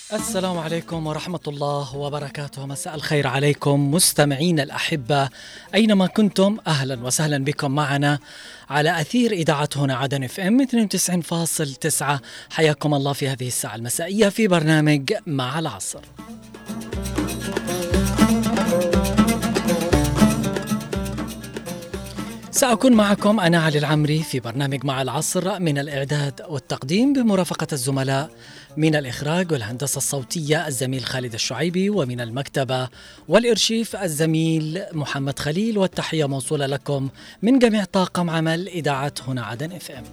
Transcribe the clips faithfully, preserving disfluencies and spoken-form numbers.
السلام عليكم ورحمة الله وبركاته. مساء الخير عليكم مستمعين الأحبة أينما كنتم، أهلا وسهلا بكم معنا على أثير إذاعة هنا عدن اف ام اثنين وتسعين فاصلة تسعة. حياكم الله في هذه الساعة المسائية في برنامج مع العصر. سأكون معكم أنا علي العمري في برنامج مع العصر، من الإعداد والتقديم بمرافقة الزملاء، من الإخراج والهندسة الصوتية الزميل خالد الشعيبي، ومن المكتبة والإرشيف الزميل محمد خليل. والتحية موصولة لكم من جميع طاقم عمل إذاعة هنا عدن اف ام.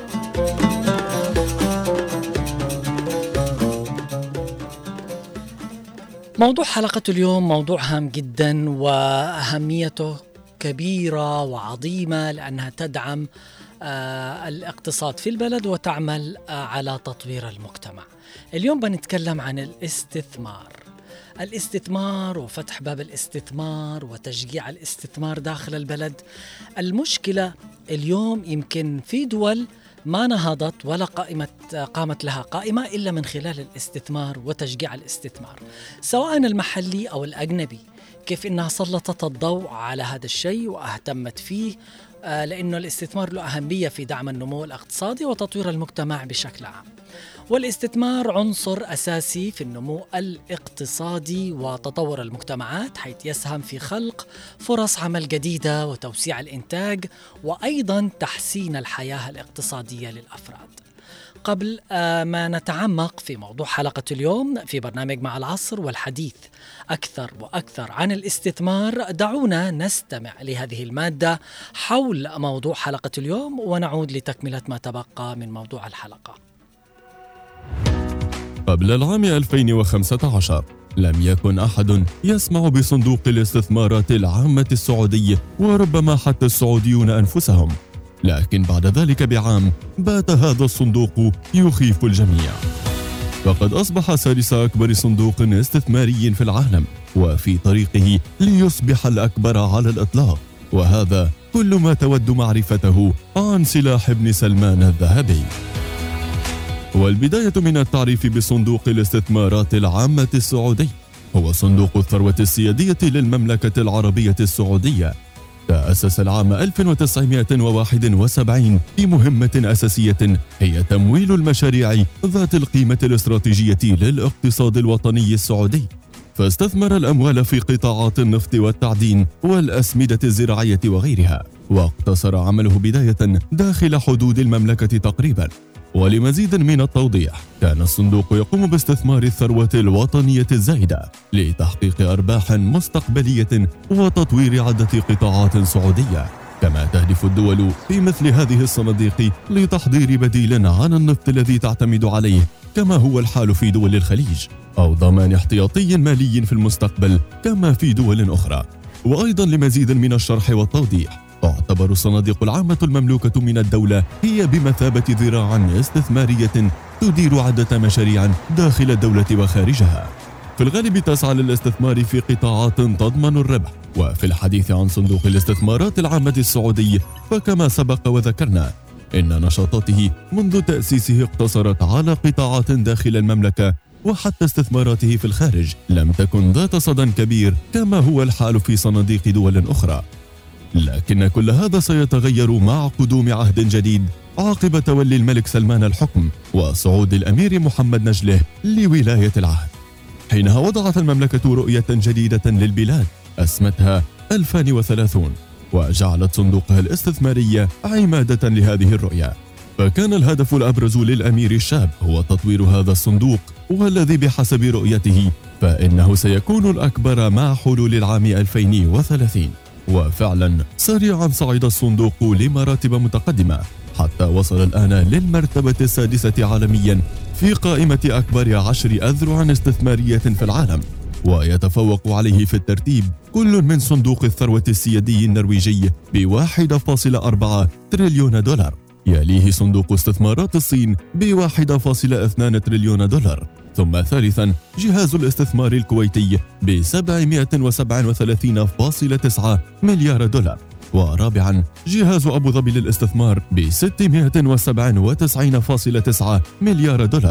موضوع حلقة اليوم موضوع هام جدا، وأهميته كبيرة وعظيمة لأنها تدعم آه الاقتصاد في البلد وتعمل آه على تطوير المجتمع. اليوم بنتكلم عن الاستثمار الاستثمار وفتح باب الاستثمار وتشجيع الاستثمار داخل البلد. المشكلة اليوم يمكن في دول ما نهضت ولا قائمة قامت لها قائمة إلا من خلال الاستثمار وتشجيع الاستثمار، سواء المحلي أو الأجنبي، كيف إنها سلطت الضوء على هذا الشيء واهتمت فيه، آه لأنه الاستثمار له أهمية في دعم النمو الاقتصادي وتطوير المجتمع بشكل عام. والاستثمار عنصر أساسي في النمو الاقتصادي وتطور المجتمعات، حيث يسهم في خلق فرص عمل جديدة وتوسيع الإنتاج وأيضا تحسين الحياة الاقتصادية للأفراد. قبل ما نتعمق في موضوع حلقة اليوم في برنامج مع العصر والحديث أكثر وأكثر عن الاستثمار، دعونا نستمع لهذه المادة حول موضوع حلقة اليوم ونعود لتكملة ما تبقى من موضوع الحلقة. قبل العام ألفين وخمسة عشر لم يكن أحد يسمع بصندوق الاستثمارات العامة السعودي، وربما حتى السعوديون أنفسهم، لكن بعد ذلك بعام بات هذا الصندوق يخيف الجميع، فقد أصبح سادس أكبر صندوق استثماري في العالم، وفي طريقه ليصبح الأكبر على الإطلاق، وهذا كل ما تود معرفته عن سلاح بن سلمان الذهبي. والبداية من التعريف بصندوق الاستثمارات العامة السعودي. هو صندوق الثروة السيادية للمملكة العربية السعودية، تأسس العام ألف وتسعمائة وواحد وسبعين بمهمة أساسية هي تمويل المشاريع ذات القيمة الاستراتيجية للاقتصاد الوطني السعودي، فاستثمر الأموال في قطاعات النفط والتعدين والأسمدة الزراعية وغيرها، واقتصر عمله بداية داخل حدود المملكة تقريبا. ولمزيد من التوضيح، كان الصندوق يقوم باستثمار الثروة الوطنية الزائدة لتحقيق أرباح مستقبلية وتطوير عدة قطاعات سعودية، كما تهدف الدول في مثل هذه الصناديق لتحضير بديل عن النفط الذي تعتمد عليه، كما هو الحال في دول الخليج، أو ضمان احتياطي مالي في المستقبل كما في دول أخرى. وأيضا لمزيد من الشرح والتوضيح، تعتبر الصناديق العامة المملوكة من الدولة هي بمثابة ذراع استثمارية تدير عدة مشاريع داخل الدولة وخارجها، في الغالب تسعى للاستثمار في قطاعات تضمن الربح. وفي الحديث عن صندوق الاستثمارات العامة السعودي، فكما سبق وذكرنا إن نشاطاته منذ تأسيسه اقتصرت على قطاعات داخل المملكة، وحتى استثماراته في الخارج لم تكن ذات صدى كبير كما هو الحال في صناديق دول أخرى. لكن كل هذا سيتغير مع قدوم عهد جديد عقب تولي الملك سلمان الحكم وصعود الأمير محمد نجله لولاية العهد، حينها وضعت المملكة رؤية جديدة للبلاد أسمتها ألفين وثلاثين، وجعلت صندوقها الاستثماري عمادة لهذه الرؤية. فكان الهدف الأبرز للأمير الشاب هو تطوير هذا الصندوق، والذي بحسب رؤيته فإنه سيكون الأكبر مع حلول العام ألفين وثلاثين. وفعلا سريعا صعد الصندوق لمراتب متقدمة حتى وصل الآن للمرتبة السادسة عالميا في قائمة أكبر عشر أذرع استثمارية في العالم، ويتفوق عليه في الترتيب كل من صندوق الثروة السيادي النرويجي بواحد فاصل أربعة تريليون دولار، يليه صندوق استثمارات الصين بواحد فاصل اثنان تريليون دولار، ثم ثالثا جهاز الاستثمار الكويتي بسبعمائة وسبعة وثلاثين فاصل تسعة مليار دولار، ورابعا جهاز أبو ظبي للاستثمار ب ستمائة وسبعة وتسعين فاصل تسعة مليار دولار، ثم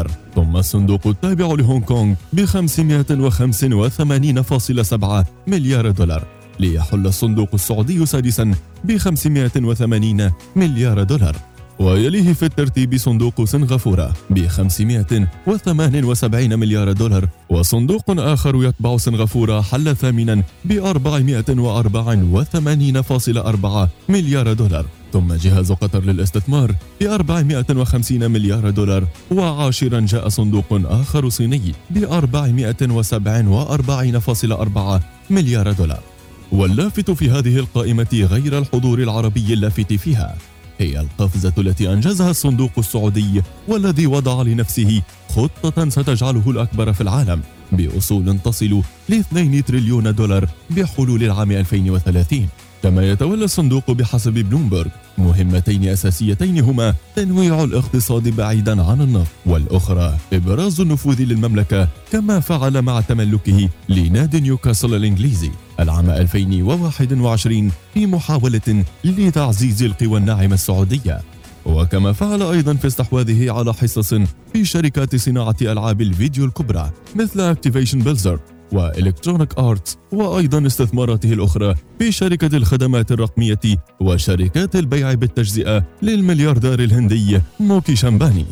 ثم الصندوق التابع لهونغ كونغ ب خمسمائة وخمسة وثمانين فاصلة سبعة مليار دولار، ليحل الصندوق السعودي سادسا ب خمسمائة وثمانين مليار دولار، ويليه في الترتيب صندوق سنغافورة ب خمسمائة وثمانية وسبعين مليار دولار، وصندوق آخر يتبع سنغافورة حل ثامنا ب أربعمائة وأربعة وثمانين فاصلة أربعة مليار دولار، ثم جهاز قطر للاستثمار ب أربعمائة وخمسين مليار دولار، وعاشرا جاء صندوق آخر صيني ب أربعمائة وسبعة وأربعين فاصلة أربعة مليار دولار. واللافت في هذه القائمة غير الحضور العربي اللافت فيها هي القفزة التي أنجزها الصندوق السعودي، والذي وضع لنفسه خطة ستجعله الأكبر في العالم بأصول تصل ل اثنين تريليون دولار بحلول العام ألفين وثلاثين. كما يتولى الصندوق بحسب بلومبرغ مهمتين أساسيتين هما تنويع الاقتصاد بعيدا عن النفط، والأخرى إبراز النفوذ للمملكة كما فعل مع تملكه لنادي نيوكاسل الإنجليزي العام ألفين وواحد وعشرين في محاولة لتعزيز القوى الناعمة السعودية، وكما فعل أيضا في استحواذه على حصص في شركات صناعة ألعاب الفيديو الكبرى مثل أكتيفيشن بليزرد وإلكترونيك آرتس، وأيضا استثماراته الأخرى في شركة الخدمات الرقمية وشركات البيع بالتجزئة للملياردير الهندي موكيش أمباني.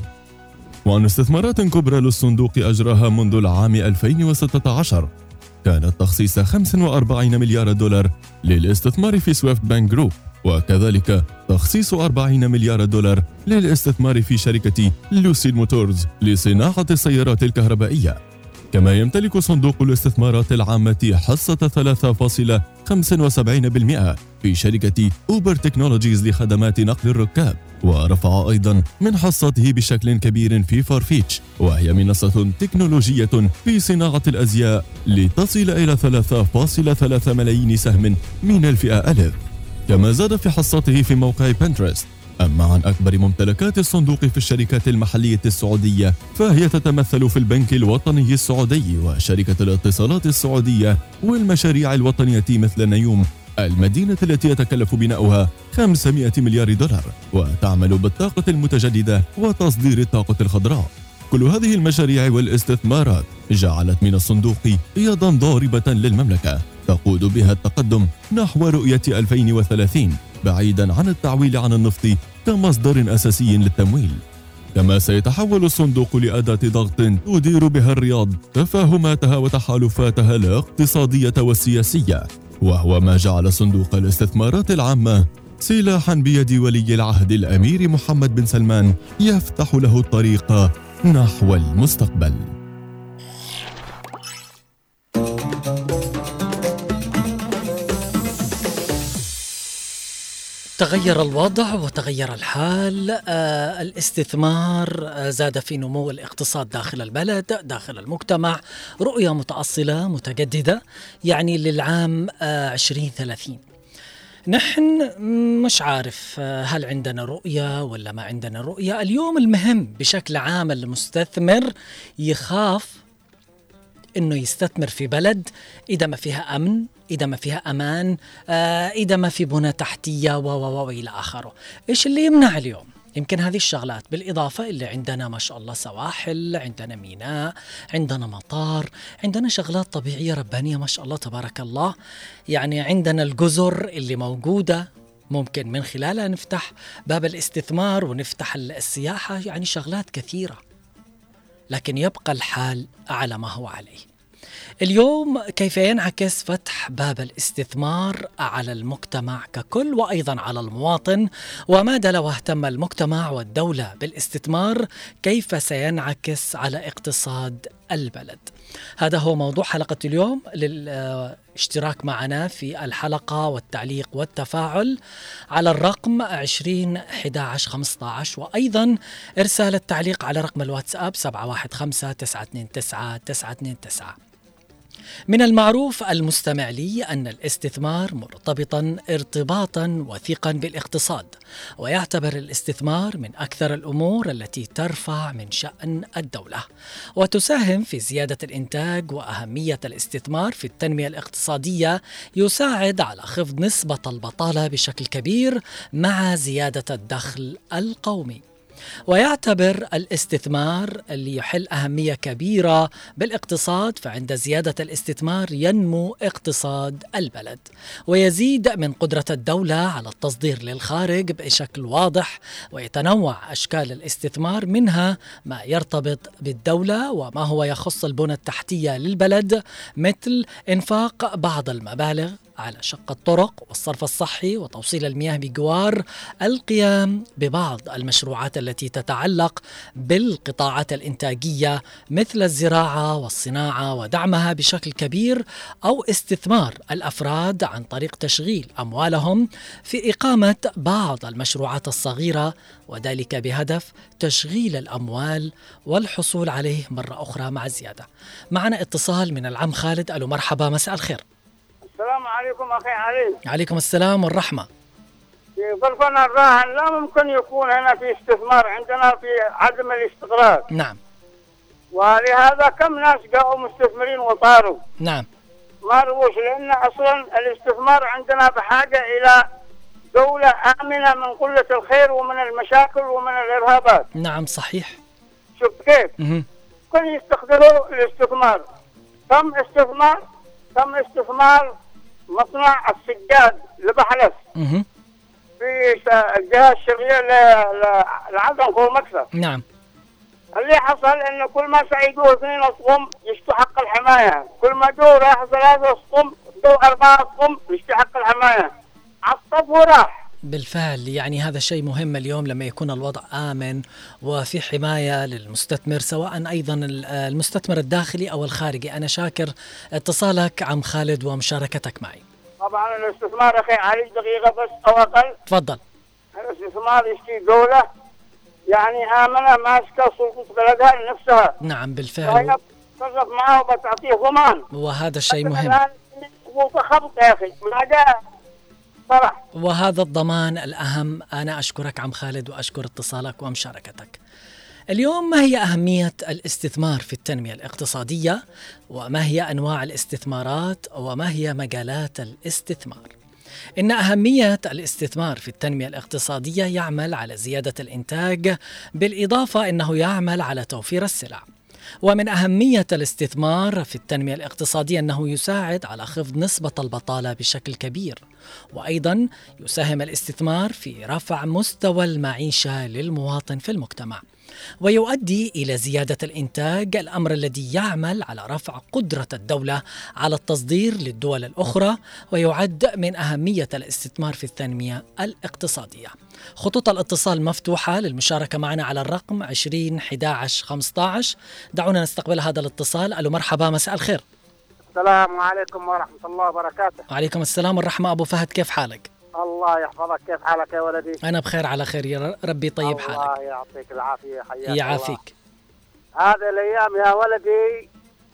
وعن استثمارات كبرى للصندوق أجراها منذ العام ألفين وستة عشر كانت تخصيص خمسة وأربعين مليار دولار للاستثمار في سويفت بانك جروب، وكذلك تخصيص أربعين مليار دولار للاستثمار في شركة لوسيد موتورز لصناعة السيارات الكهربائية. كما يمتلك صندوق الاستثمارات العامة حصة ثلاثة فاصلة خمسة وسبعين بالمئة في شركة أوبر تكنولوجيز لخدمات نقل الركاب، ورفع أيضا من حصته بشكل كبير في فارفيتش، وهي منصة تكنولوجية في صناعة الأزياء، لتصل إلى ثلاثة فاصلة ثلاثة ملايين سهم من الفئة ألف. كما زاد في حصته في موقع بنترست. أما عن أكبر ممتلكات الصندوق في الشركات المحلية السعودية فهي تتمثل في البنك الوطني السعودي وشركة الاتصالات السعودية والمشاريع الوطنية مثل نيوم، المدينة التي يتكلف بناؤها خمسمائة مليار دولار وتعمل بالطاقة المتجددة وتصدير الطاقة الخضراء. كل هذه المشاريع والاستثمارات جعلت من الصندوق يدا ضاربة للمملكة تقود بها التقدم نحو رؤية ألفين وثلاثين بعيدا عن التعويل عن النفط كمصدر أساسي للتمويل. كما سيتحول الصندوق لأداة ضغط تدير بها الرياض تفاهماتها وتحالفاتها الاقتصادية والسياسية، وهو ما جعل صندوق الاستثمارات العامة سلاحا بيد ولي العهد الأمير محمد بن سلمان يفتح له الطريق نحو المستقبل. تغير الوضع وتغير الحال. آه الاستثمار آه زاد في نمو الاقتصاد داخل البلد داخل المجتمع، رؤية متأصلة متجددة يعني للعام آه عشرين ثلاثين. نحن مش عارف آه هل عندنا رؤية ولا ما عندنا رؤية. اليوم المهم بشكل عام المستثمر يخاف إنه يستثمر في بلد إذا ما فيها أمن، إذا ما فيها أمان، آه إذا ما في بنى تحتية و و و إلى آخره. إيش اللي يمنع اليوم؟ يمكن هذه الشغلات، بالإضافة اللي عندنا ما شاء الله سواحل، عندنا ميناء، عندنا مطار، عندنا شغلات طبيعية ربانية ما شاء الله تبارك الله. يعني عندنا الجزر اللي موجودة ممكن من خلالها نفتح باب الاستثمار ونفتح السياحة، يعني شغلات كثيرة. لكن يبقى الحال على ما هو عليه. اليوم كيف ينعكس فتح باب الاستثمار على المجتمع ككل وأيضا على المواطن، وماذا لو اهتم المجتمع والدولة بالاستثمار كيف سينعكس على اقتصاد البلد؟ هذا هو موضوع حلقة اليوم. للاشتراك معنا في الحلقة والتعليق والتفاعل على الرقم عشرين أحد عشر خمسة عشر، وأيضا إرسال التعليق على رقم الواتساب سبعة واحد خمسة تسعة اثنين تسعة تسعة اثنين تسعة. من المعروف المستمع لي أن الاستثمار مرتبطا ارتباطا وثيقا بالاقتصاد، ويعتبر الاستثمار من أكثر الأمور التي ترفع من شأن الدولة وتساهم في زيادة الإنتاج. وأهمية الاستثمار في التنمية الاقتصادية يساعد على خفض نسبة البطالة بشكل كبير مع زيادة الدخل القومي. ويعتبر الاستثمار اللي يحل أهمية كبيرة بالاقتصاد، فعند زيادة الاستثمار ينمو اقتصاد البلد ويزيد من قدرة الدولة على التصدير للخارج بشكل واضح، ويتنوع أشكال الاستثمار منها ما يرتبط بالدولة وما هو يخص البنى التحتية للبلد، مثل إنفاق بعض المبالغ على شق الطرق والصرف الصحي وتوصيل المياه بجوار، القيام ببعض المشروعات التي تتعلق بالقطاعات الإنتاجية مثل الزراعة والصناعة ودعمها بشكل كبير، أو استثمار الأفراد عن طريق تشغيل أموالهم في إقامة بعض المشروعات الصغيرة، وذلك بهدف تشغيل الأموال والحصول عليه مرة أخرى مع زيادة. معنا اتصال من العم خالد. ألو مرحبا، مساء الخير. السلام عليكم أخي علي. عليكم السلام والرحمة. في ظرفنا الراهن لا ممكن يكون هنا في استثمار، عندنا في عدم الاستقرار. نعم. ولهذا كم ناس جاءوا مستثمرين وطاروا. نعم. ما روش، لأن أصلا الاستثمار عندنا بحاجة إلى دولة آمنة من قلة الخير ومن المشاكل ومن الإرهابات. نعم صحيح. شوف كيف كل يستخدموا الاستثمار. تم استثمار تم استثمار مصنع السجاد لبحلس في الجهة الشرقية لعدن كور مكسر. نعم. اللي حصل انه كل ما سعيدوه اثنين اصقم يشتوا حق الحماية، كل ما جو راح ثلاثة اصقم جو أربعة اصقم يشتوا حق الحماية، عصب وراح. بالفعل يعني هذا شيء مهم اليوم لما يكون الوضع آمن وفي حماية للمستثمر، سواء أيضا المستثمر الداخلي أو الخارجي. أنا شاكر اتصالك عم خالد ومشاركتك معي. طبعا الاستثمار أخي علي دقيقة بس أو أقل. تفضل. الاستثمار يشتي دولة يعني آمنة ماسكة سلطة بلدها لنفسها. نعم بالفعل. وهي تصرف معه وبتعطيه ضمان. وهذا الشيء مهم. الآن خبط يا أخي ما جاء صراحة. وهذا الضمان الأهم. أنا أشكرك عم خالد وأشكر اتصالك ومشاركتك. اليوم ما هي أهمية الاستثمار في التنمية الاقتصادية، وما هي أنواع الاستثمارات، وما هي مجالات الاستثمار؟ إن أهمية الاستثمار في التنمية الاقتصادية يعمل على زيادة الإنتاج، بالإضافة أنه يعمل على توفير السلع. ومن أهمية الاستثمار في التنمية الاقتصادية أنه يساعد على خفض نسبة البطالة بشكل كبير، وأيضا يساهم الاستثمار في رفع مستوى المعيشة للمواطن في المجتمع، ويؤدي إلى زيادة الإنتاج، الأمر الذي يعمل على رفع قدرة الدولة على التصدير للدول الأخرى، ويعد من أهمية الاستثمار في التنمية الاقتصادية. خطوط الاتصال مفتوحة للمشاركة معنا على الرقم عشرين أحد عشر خمسة عشر. دعونا نستقبل هذا الاتصال. ألو مرحبا، مساء الخير. السلام عليكم ورحمة الله وبركاته. وعليكم السلام والرحمة. أبو فهد كيف حالك؟ الله يحفظك، كيف حالك يا ولدي؟ أنا بخير على خير يا ربي. طيب حالك؟ الله يعطيك العافية، حياك يعافيك. هذا الأيام يا ولدي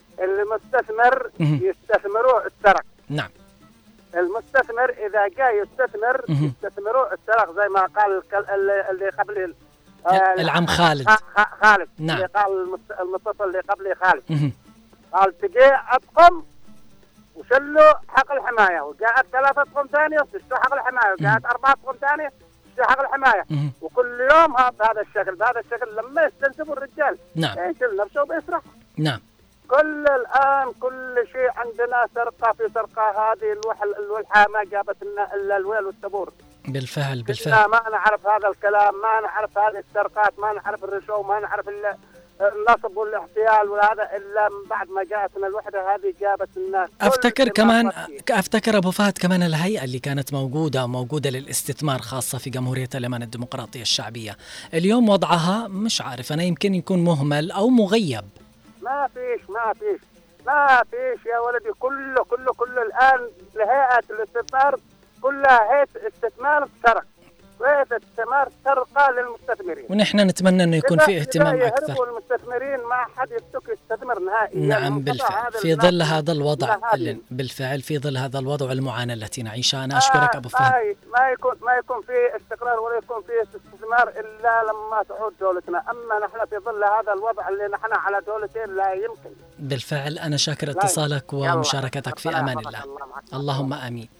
المستثمر يستثمروه السرق. نعم. المستثمر إذا جاء يستثمر يستثمروه السرق زي ما قال اللي قبل العم خالد. خالد. نعم. اللي قال المتصل اللي قبلي خالد. قال تجي أطقم وشلوا حق الحماية، وجاءت ثلاثة أطقم ثانية وشلوا حق الحماية، وجاءت أربعة أطقم ثانية وشلوا حق الحماية، وكل يوم بهذا الشكل بهذا الشكل لما يستنسبوا الرجال. نعم. يشيل نفسه وبيسرق. نعم. كل الآن كل شيء عندنا سرقة في سرقة. هذه الوحل الوحة ما جابت لنا إلا الويل والتبور. بالفعل بالفعل. ما نعرف هذا الكلام، ما نعرف هذه السرقات، ما نعرف الرشوة، ما نعرف إلا النصب والاحتيال وهذا إلا من بعد ما جاءتنا الوحدة هذه جابت الناس. أفتكر كمان أفتكر أبو فهد كمان الهيئة اللي كانت موجودة موجودة للاستثمار خاصة في جمهورية اليمن الديمقراطية الشعبية، اليوم وضعها مش عارف أنا، يمكن يكون مهمل أو مغيب. ما فيش ما فيش ما فيش يا ولدي. كله كله كله الآن لهيئة الاستثمار كلها هيئة استثمار سرق، هيئة استثمار سرقة للمستثمرين. ونحن نتمنى أنه يكون في اهتمام أكثر. المستثمرين ما حد يفتك يستثمر نهائيا. نعم بالفعل في ظل هذا الوضع. بالفعل في ظل هذا الوضع والمعاناة التي نعيشها. أنا أشكرك أبو فهد. ما يكون ما يكون في استقرار ولا يكون في استثمار إلا لما تعود دولتنا. أما نحن في ظل هذا الوضع اللي نحن على دولتين لا يمكن. بالفعل أنا شاكر اتصالك ومشاركتك في أمان الله. اللهم آمين.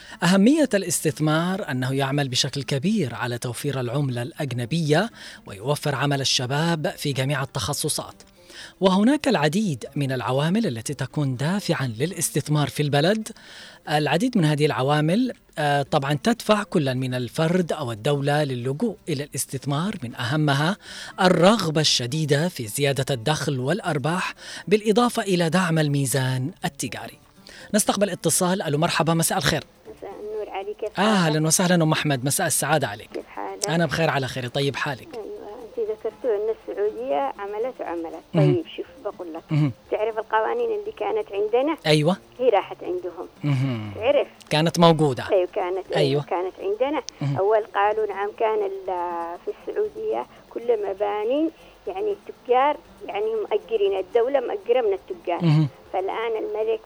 أهمية الاستثمار أنه يعمل بشكل كبير على توفير العملة الأجنبية ويوفر عمل الشباب في جميع التخصصات. وهناك العديد من العوامل التي تكون دافعا للاستثمار في البلد. العديد من هذه العوامل طبعا تدفع كلا من الفرد أو الدولة للجوء إلى الاستثمار، من أهمها الرغبة الشديدة في زيادة الدخل والأرباح بالإضافة إلى دعم الميزان التجاري. نستقبل اتصال. ألو مرحبا، مساء الخير. مساء النور عليك. كيف حالك؟ أهلا وسهلا أم أحمد، مساء السعادة عليك. كيف حالك؟ أنا بخير على خير. طيب حالك؟ أيوة، أنت ذكرتوا أن السعودية عملت وعملت. طيب شوف بقول لك، مم. تعرف القوانين اللي كانت عندنا؟ أيوة. هي راحت عندهم. مم. تعرف؟ كانت موجودة. أيوة كانت. أيوة. كانت عندنا. مم. أول قالوا نعم كان في السعودية كل مباني يعني التجار يعني مؤجرين، الدولة مؤجرة من التجار. مم. فالآن الملك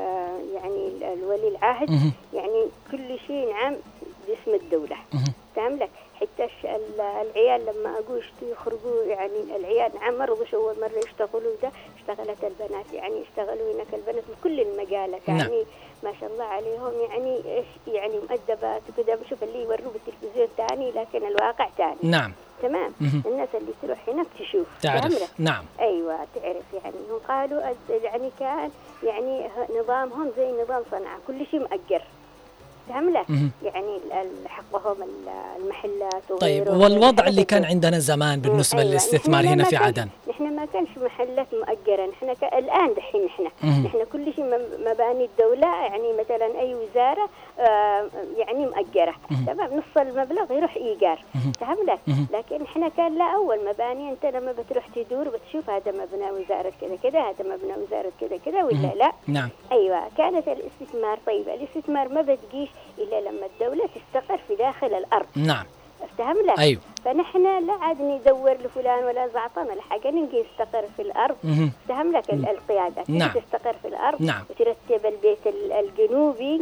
يعني الولي العهد مم. يعني كل شيء نعم باسم الدولة. فهم لك؟ حتى العيال لما أقول يخرجوا يعني العيال نعم مرة أول مرة يشتغلوا ده اشتغلت البنات يعني اشتغلوا هناك البنات من كل المجالات يعني نعم. ما شاء الله عليهم يعني إيش يعني مؤدبات وكذا. بشوف اللي يوروه بالتلفزيون تاني لكن الواقع تاني. نعم. تمام. مم. الناس اللي تروح هناك تشوف تعرف. نعم. أيوة تعرف يعني هم قالوا يعني كان يعني نظامهم زي نظام صنعاء كل شيء مؤجر. فهملك يعني حقهم المحلات وغيره. طيب والوضع اللي كان عندنا زمان بالنسبة أيوة. للاستثمار هنا في عدن؟ نحن ما كانش محلات مؤجرة. نحن ك... الآن دحين نحن نحن كل شيء مباني الدولة يعني مثلا أي وزارة آه يعني مؤجرة. تمام. نص المبلغ يروح إيجار. فهملك. لكن نحن كان لا أول مباني أنت لما بتروح تدور بتشوف هذا مبنى وزارة كذا كذا هذا مبنى وزارة كذا كذا ولا لا. نعم. أيوة كانت الاستثمار. طيب الاستثمار ما بتجيش إلا لما الدولة تستقر في داخل الأرض. نعم. افتهم لك. أيوة. فنحن لا عاد ندور لفلان ولا زعطان ولا حاجة، نجي نستقر في الأرض. افتهم لك القيادة نعم. تستقر في الأرض. نعم. وترتب البيت الجنوبي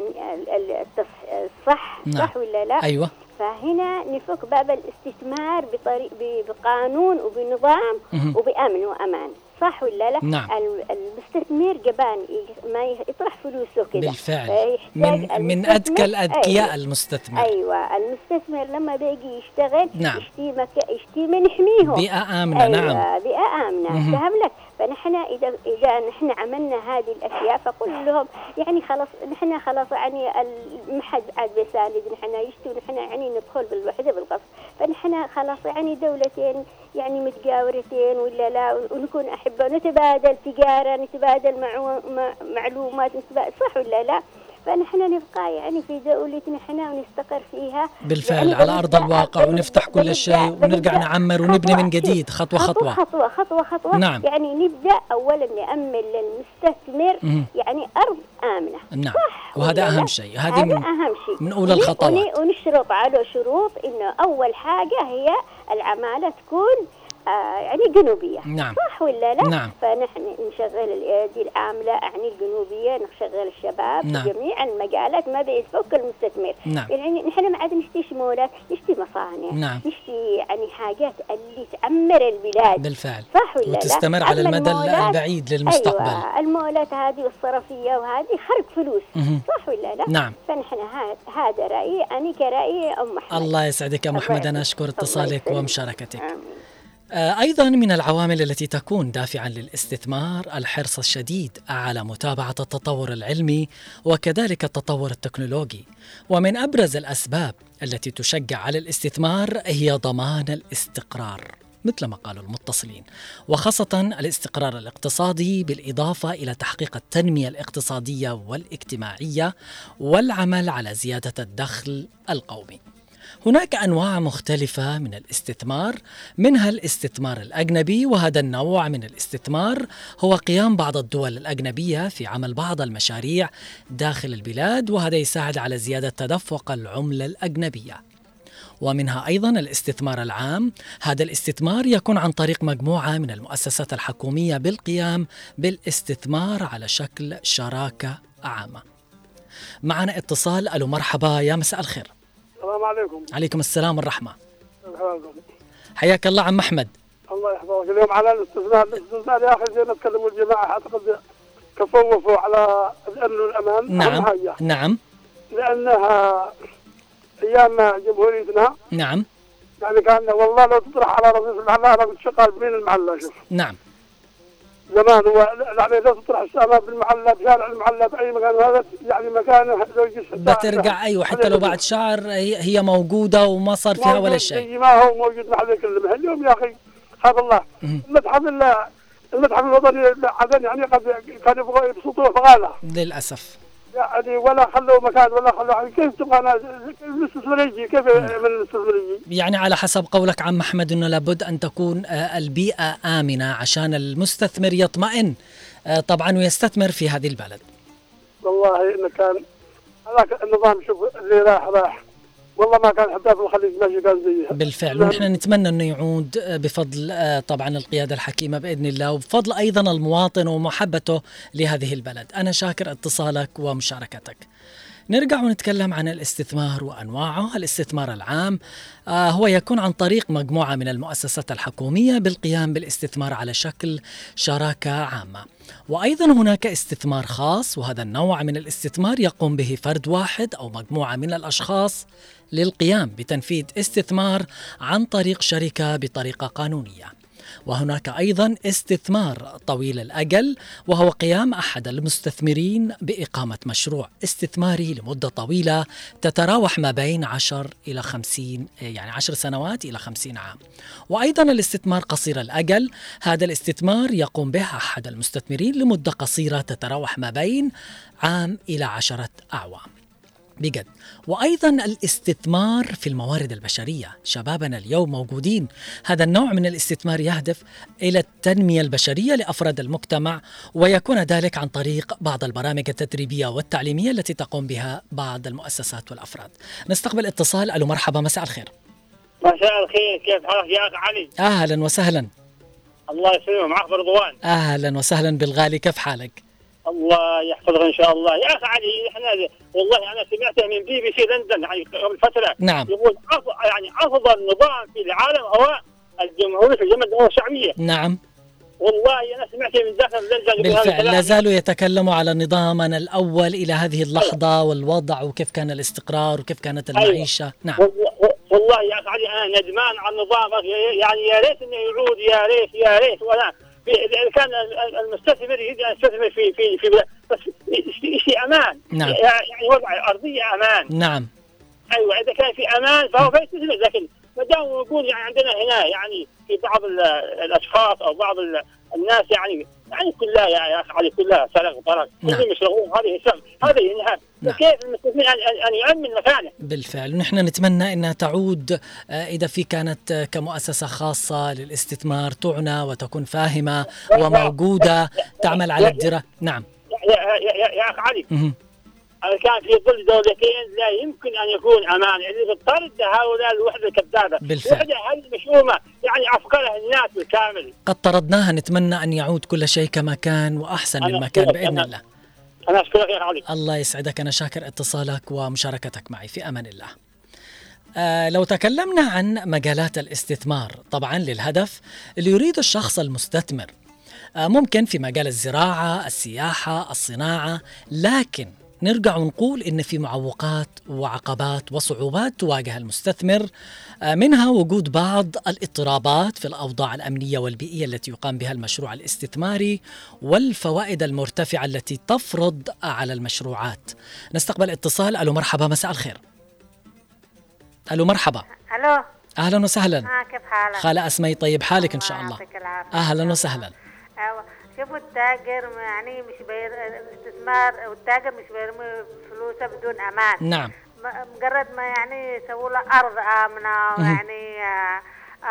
الصح. نعم. صح ولا لا؟ أيوة. فهنا نفك باب الاستثمار بطريق بقانون وبنظام وبأمن وأمان. صح ولا لا؟ نعم. المستثمر جبان ما يطرح فلوسه كده بالفعل من من أذكى الأذكياء. أيوة. المستثمر. أيوة المستثمر لما بيجي يشتغل نعم. يشتي مك... يشتي من يحميهم بيئة آمنة. أيوة. نعم بيئة آمنة. فهم لك؟ فنحن إذا إذا نحن عملنا هذه الأشياء فقل لهم يعني خلاص نحن خلاص يعني ما حد عاد بيساند نحن يشتوا نحن يعني ندخل بالوحدة بالقصد. فنحن خلاص يعني دولتين يعني متجاورتين ولا لا ونكون أحبة ونتبادل تجارة نتبادل معو... معلومات نتبادل. صح ولا لا؟ فنحن نبقى يعني في دولتنا احنا ونستقر فيها بالفعل يعني على أرض الواقع ونفتح كل شيء ونرجع نعمر ونبني من جديد خطوة خطوة خطوة خطوة خطوة. نعم. يعني نبدأ أولا نأمن للمستثمر م- يعني أرض آمنة. نعم. وهذا أهم شيء. هذا من أهم شيء من أولى الخطوات. ونشرط على شروط إنه أول حاجة هي العمالة تكون آه يعني جنوبية. نعم. صح ولا لا؟ نعم. فنحن نشغل الأيدي العاملة يعني الجنوبية نشغل الشباب. نعم. في جميع المجالات ما بيفك المستثمر. نعم. يعني نحن ما عاد نشتي مولات نشتي مصانع. نعم. نشتي يعني حاجات اللي تعمر البلاد. بالفعل. صح ولا لا؟ وتستمر على المدى البعيد للمستقبل. أيوة. المولات هذه والصرفية وهذه خرج فلوس. م- صح ولا لا؟ نعم. فنحن هذا رأيي أنا كرأيي أم أحمد. الله يسعدك يا أم أحمد. أنا أشكر اتصالك ومشاركتك. آمين. أيضا من العوامل التي تكون دافعا للاستثمار الحرص الشديد على متابعة التطور العلمي وكذلك التطور التكنولوجي. ومن أبرز الأسباب التي تشجع على الاستثمار هي ضمان الاستقرار مثل ما قالوا المتصلين، وخاصة الاستقرار الاقتصادي بالإضافة إلى تحقيق التنمية الاقتصادية والاجتماعية والعمل على زيادة الدخل القومي. هناك أنواع مختلفة من الاستثمار، منها الاستثمار الأجنبي، وهذا النوع من الاستثمار هو قيام بعض الدول الأجنبية في عمل بعض المشاريع داخل البلاد، وهذا يساعد على زيادة تدفق العملة الأجنبية. ومنها أيضا الاستثمار العام، هذا الاستثمار يكون عن طريق مجموعة من المؤسسات الحكومية بالقيام بالاستثمار على شكل شراكة عامة. معنا اتصال. ألو مرحبا، يا مساء الخير. السلام عليكم. عليكم السلام والرحمة. حياك الله عم أحمد. الله يحفظك. اليوم على الاستثمار الاستثمار يا أخي زي ما تكلموا الجماعة أعتقد تصوفوا على الأمن والأمان. نعم نعم. لأنها أيام جمهوريتنا نعم يعني كان والله لو تطرح على رئيس المحلة راح تشغل بين المحلة. شوف نعم زمان هو يعني لو تطرح السماء بالمحلة بشارع المحلة بأي مكان هذا يعني مكانه لو يجلس بترجع أيوة حتى لو بعد شهر هي هي موجودة وما صار فيها ولا شيء. زي ما هو موجود محل كل محل اليوم يا أخي خاف الله. المتحف المتحف الوطني عدن يعني قد كانوا يبغوا يبسطوه فغالة للأسف يعني ولا خلوا مكان ولا خلوا يعني كيف تبغى الاستثمار يجي كيف من الاستثمار يجي يعني على حسب قولك عم أحمد أنه لابد أن تكون البيئة آمنة عشان المستثمر يطمئن طبعا ويستثمر في هذه البلد. والله إنه كان هذاك النظام شوف اللي راح راح والله ما كان حتى في الخليج ماشي كان زيها بالفعل. ونحن نتمنى أنه يعود بفضل طبعا القيادة الحكيمة بإذن الله وبفضل أيضا المواطن ومحبته لهذه البلد. أنا شاكر اتصالك ومشاركتك. نرجع ونتكلم عن الاستثمار وأنواعه. الاستثمار العام آه هو يكون عن طريق مجموعة من المؤسسات الحكومية بالقيام بالاستثمار على شكل شراكة عامة. وأيضا هناك استثمار خاص وهذا النوع من الاستثمار يقوم به فرد واحد أو مجموعة من الأشخاص للقيام بتنفيذ استثمار عن طريق شركة بطريقة قانونية. وهناك أيضا استثمار طويل الأجل وهو قيام أحد المستثمرين بإقامة مشروع استثماري لمدة طويلة تتراوح ما بين عشر إلى خمسين يعني عشر سنوات إلى خمسين عام. وأيضا الاستثمار قصير الأجل هذا الاستثمار يقوم به أحد المستثمرين لمدة قصيرة تتراوح ما بين عام إلى عشرة أعوام بجد. وأيضا الاستثمار في الموارد البشرية شبابنا اليوم موجودين. هذا النوع من الاستثمار يهدف إلى التنمية البشرية لأفراد المجتمع ويكون ذلك عن طريق بعض البرامج التدريبية والتعليمية التي تقوم بها بعض المؤسسات والأفراد. نستقبل اتصال. ألو مرحبا مساء الخير. مساء الخير كيف حالك يا أخي علي؟ أهلا وسهلا. الله يسلمك معك رضوان. أهلا وسهلا بالغالي كيف حالك؟ الله يحفظك ان شاء الله يا اخي علي. احنا والله انا سمعته من بي بي سي لندن يعني قبل فتره نعم يقول أفضل يعني افضل نظام في العالم هو الجمهوريه الجمهوريه الشعبيه. نعم والله انا سمعته من داخل لندن. بالفعل لا زالوا يتكلموا على نظامنا الاول الى هذه اللحظه والوضع وكيف كان الاستقرار وكيف كانت المعيشه. أيوة. نعم والله يا اخي علي انا ندمان على النظام يعني يا ريت انه يعود يا ريت يا ريت ولا إذا كان المستثمر يريد أن يستثمر في في في بس شيء أمان. نعم. يعني وضع أرضية أمان. نعم. أيوة إذا كان في أمان فهو بيستثمر. لكن ما دام نقول يعني عندنا هنا يعني في بعض الأشخاص أو بعض الناس يعني يعني كلها يا أخي علي كلها سرق وطرق. نعم. كلهم يشربون هذه الشغل هذه ينهب. نعم. كيف المستثمر أن أن يؤمن مكانه؟ بالفعل ونحن نتمنى أنها تعود إذا في كانت كمؤسسة خاصة للاستثمار تعنى وتكون فاهمة وموجودة تعمل على الدراسة. نعم يا يا يا, يا أخي علي. م- أنا كان في ظل دولتين لا يمكن أن يكون أمان اللي بتطرد هؤلاء الوحدة الكذابة. بالفعل. الوحدة هذه مشؤومة يعني أفكارها الناس بالكامل. قد طردناها نتمنى أن يعود كل شيء كما كان وأحسن مما كان بإذن أنا الله. أنا أشكرك يا علي. الله يسعدك. أنا شاكر اتصالك ومشاركتك معي في أمان الله. آه لو تكلمنا عن مجالات الاستثمار طبعا للهدف اللي يريد الشخص المستثمر آه ممكن في مجال الزراعة السياحة الصناعة لكن نرجع ونقول إن في معوقات وعقبات وصعوبات تواجه المستثمر منها وجود بعض الاضطرابات في الأوضاع الأمنية والبيئية التي يقام بها المشروع الاستثماري والفوائد المرتفعة التي تفرض على المشروعات. نستقبل اتصال. ألو مرحبا مساء الخير. ألو مرحبا. ألو أهلا وسهلا. آه كيف حالك؟ خالة أسماء طيب حالك إن شاء الله. أهلا وسهلا. أيوة شوفوا التاجر يعني مش بير استثمار والتاجر مش بيرمي فلوسه بدون أمان. نعم. مجرد ما يعني يسووا له أرض آمنة ويعني آه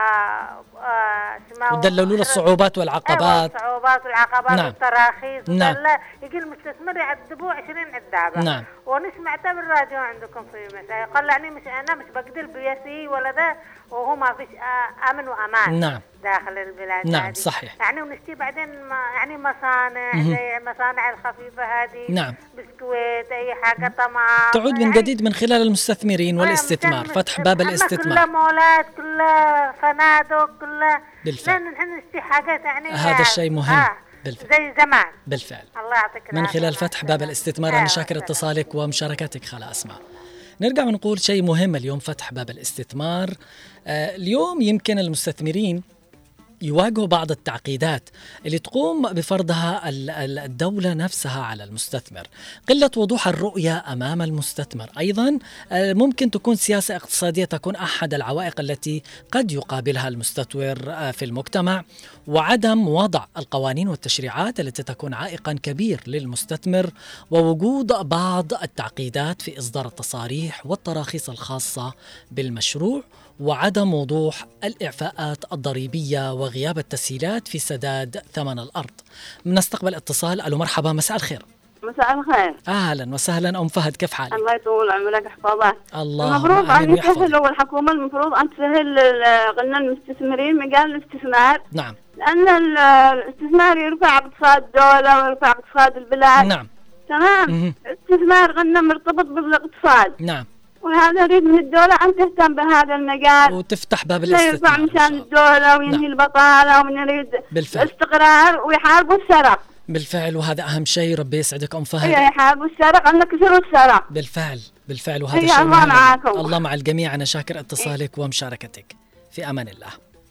آه ودللوا له الصعوبات والعقبات. أيوة الصعوبات والعقبات نعم. والتراخيص. نعم. يجي المستثمر يعذبوه عشرين عذابة. نعم. ونسمع ده بالراديو عندكم في مساء قال يعني مش أنا مش بقدر بيسي ولا ده وهو ما فيش أمن وأمان. نعم. داخل البلاد. نعم هذه. صحيح. يعني ونشتي بعدين ما يعني مصانع مه. زي المصانع الخفيفة هذه. نعم. بسكويت أي حاجة طماط. تعود من يعني جديد من خلال المستثمرين والاستثمار فتح باب الاستثمار. كلها مولات كلها فنادق كلها. بالفعل. لأن نحن نشتي حاجات يعني هذا الشيء مهم. آه بالفعل. زي زمان. بالفعل. الله يعطيك من خلال فتح باب الاستثمار. أنا شاكر اتصالك ومشاركتك خالة أسماء. نرجع ونقول شيء مهم اليوم، فتح باب الاستثمار. آه اليوم يمكن المستثمرين يواجهوا بعض التعقيدات اللي تقوم بفرضها الدولة نفسها على المستثمر. قلة وضوح الرؤية أمام المستثمر، أيضا ممكن تكون سياسة اقتصادية تكون أحد العوائق التي قد يقابلها المستثمر في المجتمع، وعدم وضع القوانين والتشريعات التي تكون عائقا كبير للمستثمر، ووجود بعض التعقيدات في إصدار التصاريح والتراخيص الخاصة بالمشروع، وعدم وضوح الإعفاءات الضريبية وغياب التسهيلات في سداد ثمن الأرض. نستقبل اتصال. ألو مرحبا، مساء الخير. مساء الخير. أهلا وسهلا أم فهد، كيف حالك؟ الله يطول عمرك يحفظك. الله المفروض أن يسهلوا الحكومة، المفروض أن تسهل قلنا المستثمرين مجال الاستثمار. نعم. لأن الاستثمار يرفع اقتصاد الدولة ويرفع اقتصاد البلاد. نعم. تمام. الاستثمار قلنا مرتبط بالاقتصاد. نعم. وهذا نريد من الدولة أن تهتم بهذا المجال وتفتح باب الاستثمار، يرفع مشان الدولة وينهي نعم. البطالة، ونريد بالفعل الاستقرار ويحاربوا السرقة. بالفعل، وهذا أهم شيء. ربي يسعدك أم فهد. هي يحاربوا السرقة، أن كسروا السرقة. بالفعل بالفعل، وهذا شيء الله معاكم. الله مع الجميع. أنا شاكر اتصالك ومشاركتك. في أمان الله.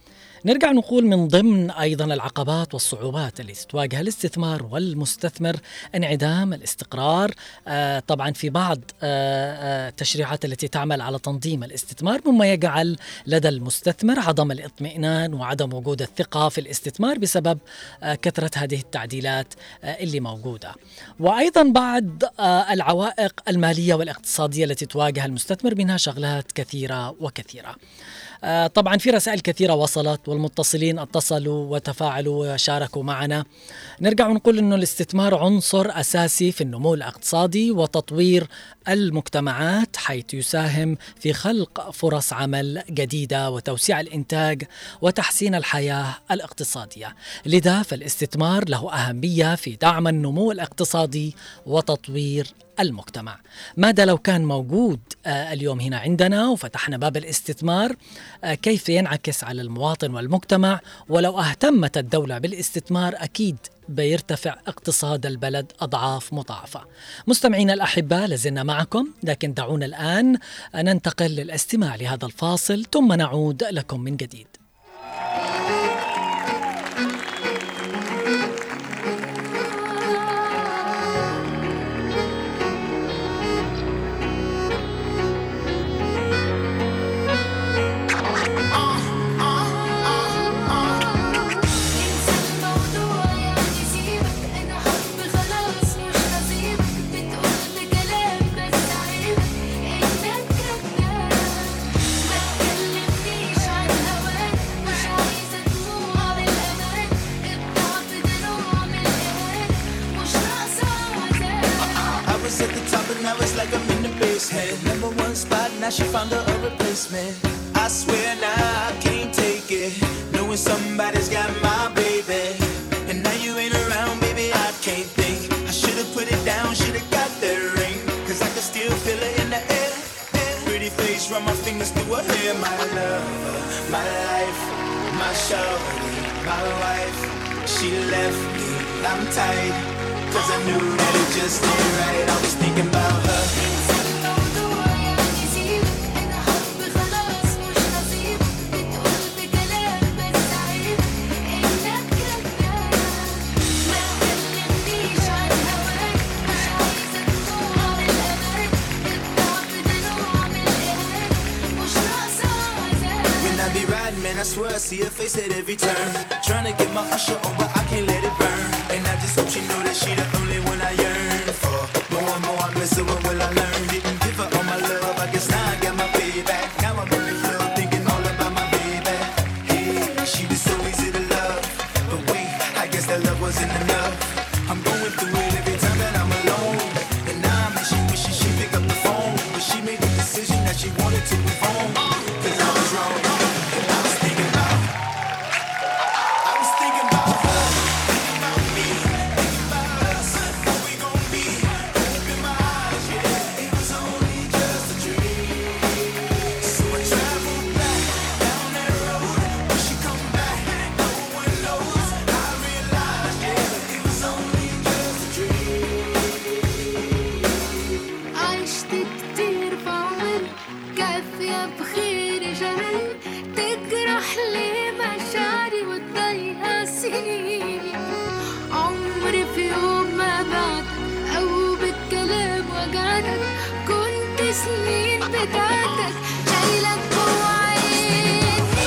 نرجع نقول من ضمن أيضا العقبات والصعوبات اللي تواجه الاستثمار والمستثمر انعدام الاستقرار. آه طبعا في بعض التشريعات آه التي تعمل على تنظيم الاستثمار، مما يجعل لدى المستثمر عدم الاطمئنان وعدم وجود الثقة في الاستثمار بسبب آه كثرة هذه التعديلات آه اللي موجودة. وأيضا بعض آه العوائق المالية والاقتصادية التي تواجه المستثمر، منها شغلات كثيرة وكثيرة. آه طبعا في رسائل كثيرة وصلت، والمتصلين اتصلوا وتفاعلوا وشاركوا معنا. نرجع ونقول أنه الاستثمار عنصر أساسي في النمو الاقتصادي وتطوير المجتمعات، حيث يساهم في خلق فرص عمل جديدة وتوسيع الإنتاج وتحسين الحياة الاقتصادية. لذا فالاستثمار له أهمية في دعم النمو الاقتصادي وتطوير المجتمع. ماذا لو كان موجود آه اليوم هنا عندنا وفتحنا باب الاستثمار؟ آه كيف ينعكس على المواطن والمجتمع؟ ولو اهتمت الدولة بالاستثمار أكيد بيرتفع اقتصاد البلد أضعاف مضاعفة. مستمعينا الأحباء، لازلنا معكم، لكن دعونا الآن ننتقل للاستماع لهذا الفاصل ثم نعود لكم من جديد. Number one spot, now she found her a replacement. I swear now I can't take it, knowing somebody's got my baby. And now you ain't around, baby, I can't think. I should've put it down, should've got that ring, cause I can still feel it in the air. Pretty face, run my fingers through her hair. My love, my life, my shorty, my wife. She left me, I'm tight, cause I knew that it just ain't right. I was thinking about her. I swear I see her face at every turn. Trying to get my usher on, but I can't let it burn. And I just hope she know that she the only one I yearn for. More and more I miss her, when will I learn? Didn't give her all my love, I guess now I got my payback. Now I'm in the club thinking all about my baby. Hey, she was so easy to love, but wait, I guess that love wasn't enough. I'm going through it every time that I'm alone, and now I'm wishing, wishing she'd pick up the phone, but she made the decision that she wanted to move on, cause I was wrong. سنين، عمري في يوم ما بعدك أو بالكلام وجعتك، كنت سنين بتاعتك شايلك جوا عيني.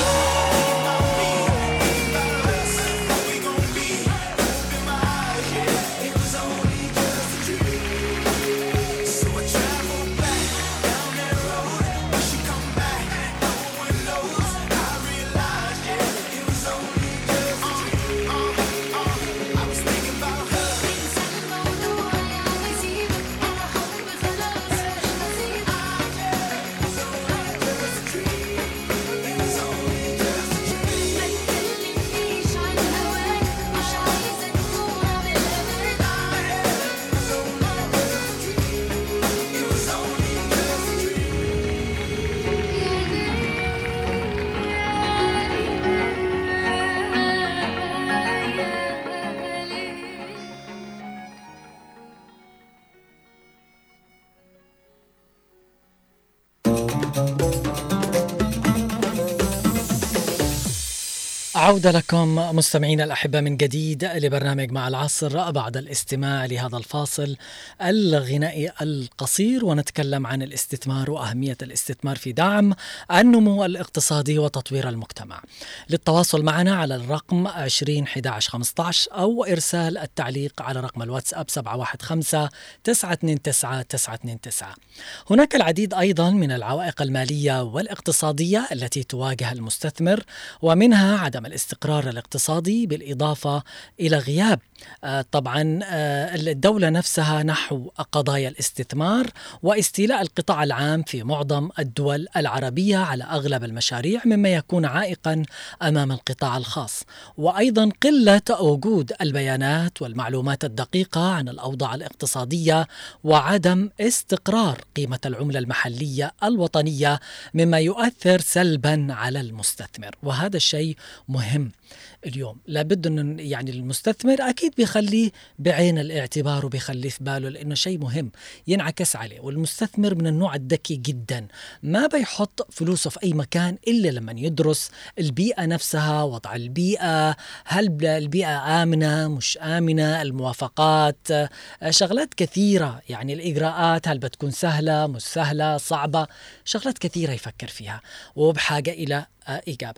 عودة لكم مستمعينا الأحبة من جديد لبرنامج مع العصر بعد الاستماع لهذا الفاصل الغنائي القصير، ونتكلم عن الاستثمار وأهمية الاستثمار في دعم النمو الاقتصادي وتطوير المجتمع. للتواصل معنا على الرقم عشرين أحد عشر خمسة عشر أو إرسال التعليق على رقم الواتساب سبعة واحد خمسة تسعة اثنين تسعة تسعة اثنين تسعة. هناك العديد أيضا من العوائق المالية والاقتصادية التي تواجه المستثمر، ومنها عدم الاستقرار الاقتصادي بالإضافة إلى غياب آه طبعا آه الدولة نفسها نحو قضايا الاستثمار واستيلاء القطاع العام في معظم الدول العربية على أغلب المشاريع، مما يكون عائقا أمام القطاع الخاص، وأيضا قلة وجود البيانات والمعلومات الدقيقة عن الأوضاع الاقتصادية وعدم استقرار قيمة العملة المحلية الوطنية، مما يؤثر سلبا على المستثمر. وهذا الشيء مهم اليوم، لابد أن يعني المستثمر أكيد بيخليه بعين الاعتبار وبيخليه في باله، لأنه شيء مهم ينعكس عليه. والمستثمر من النوع الذكي جدا، ما بيحط فلوسه في أي مكان إلا لما يدرس البيئة نفسها، وضع البيئة، هل البيئة آمنة مش آمنة، الموافقات، شغلات كثيرة، يعني الإجراءات هل بتكون سهلة مش سهلة، صعبة، شغلات كثيرة يفكر فيها وبحاجة إلى إجابة.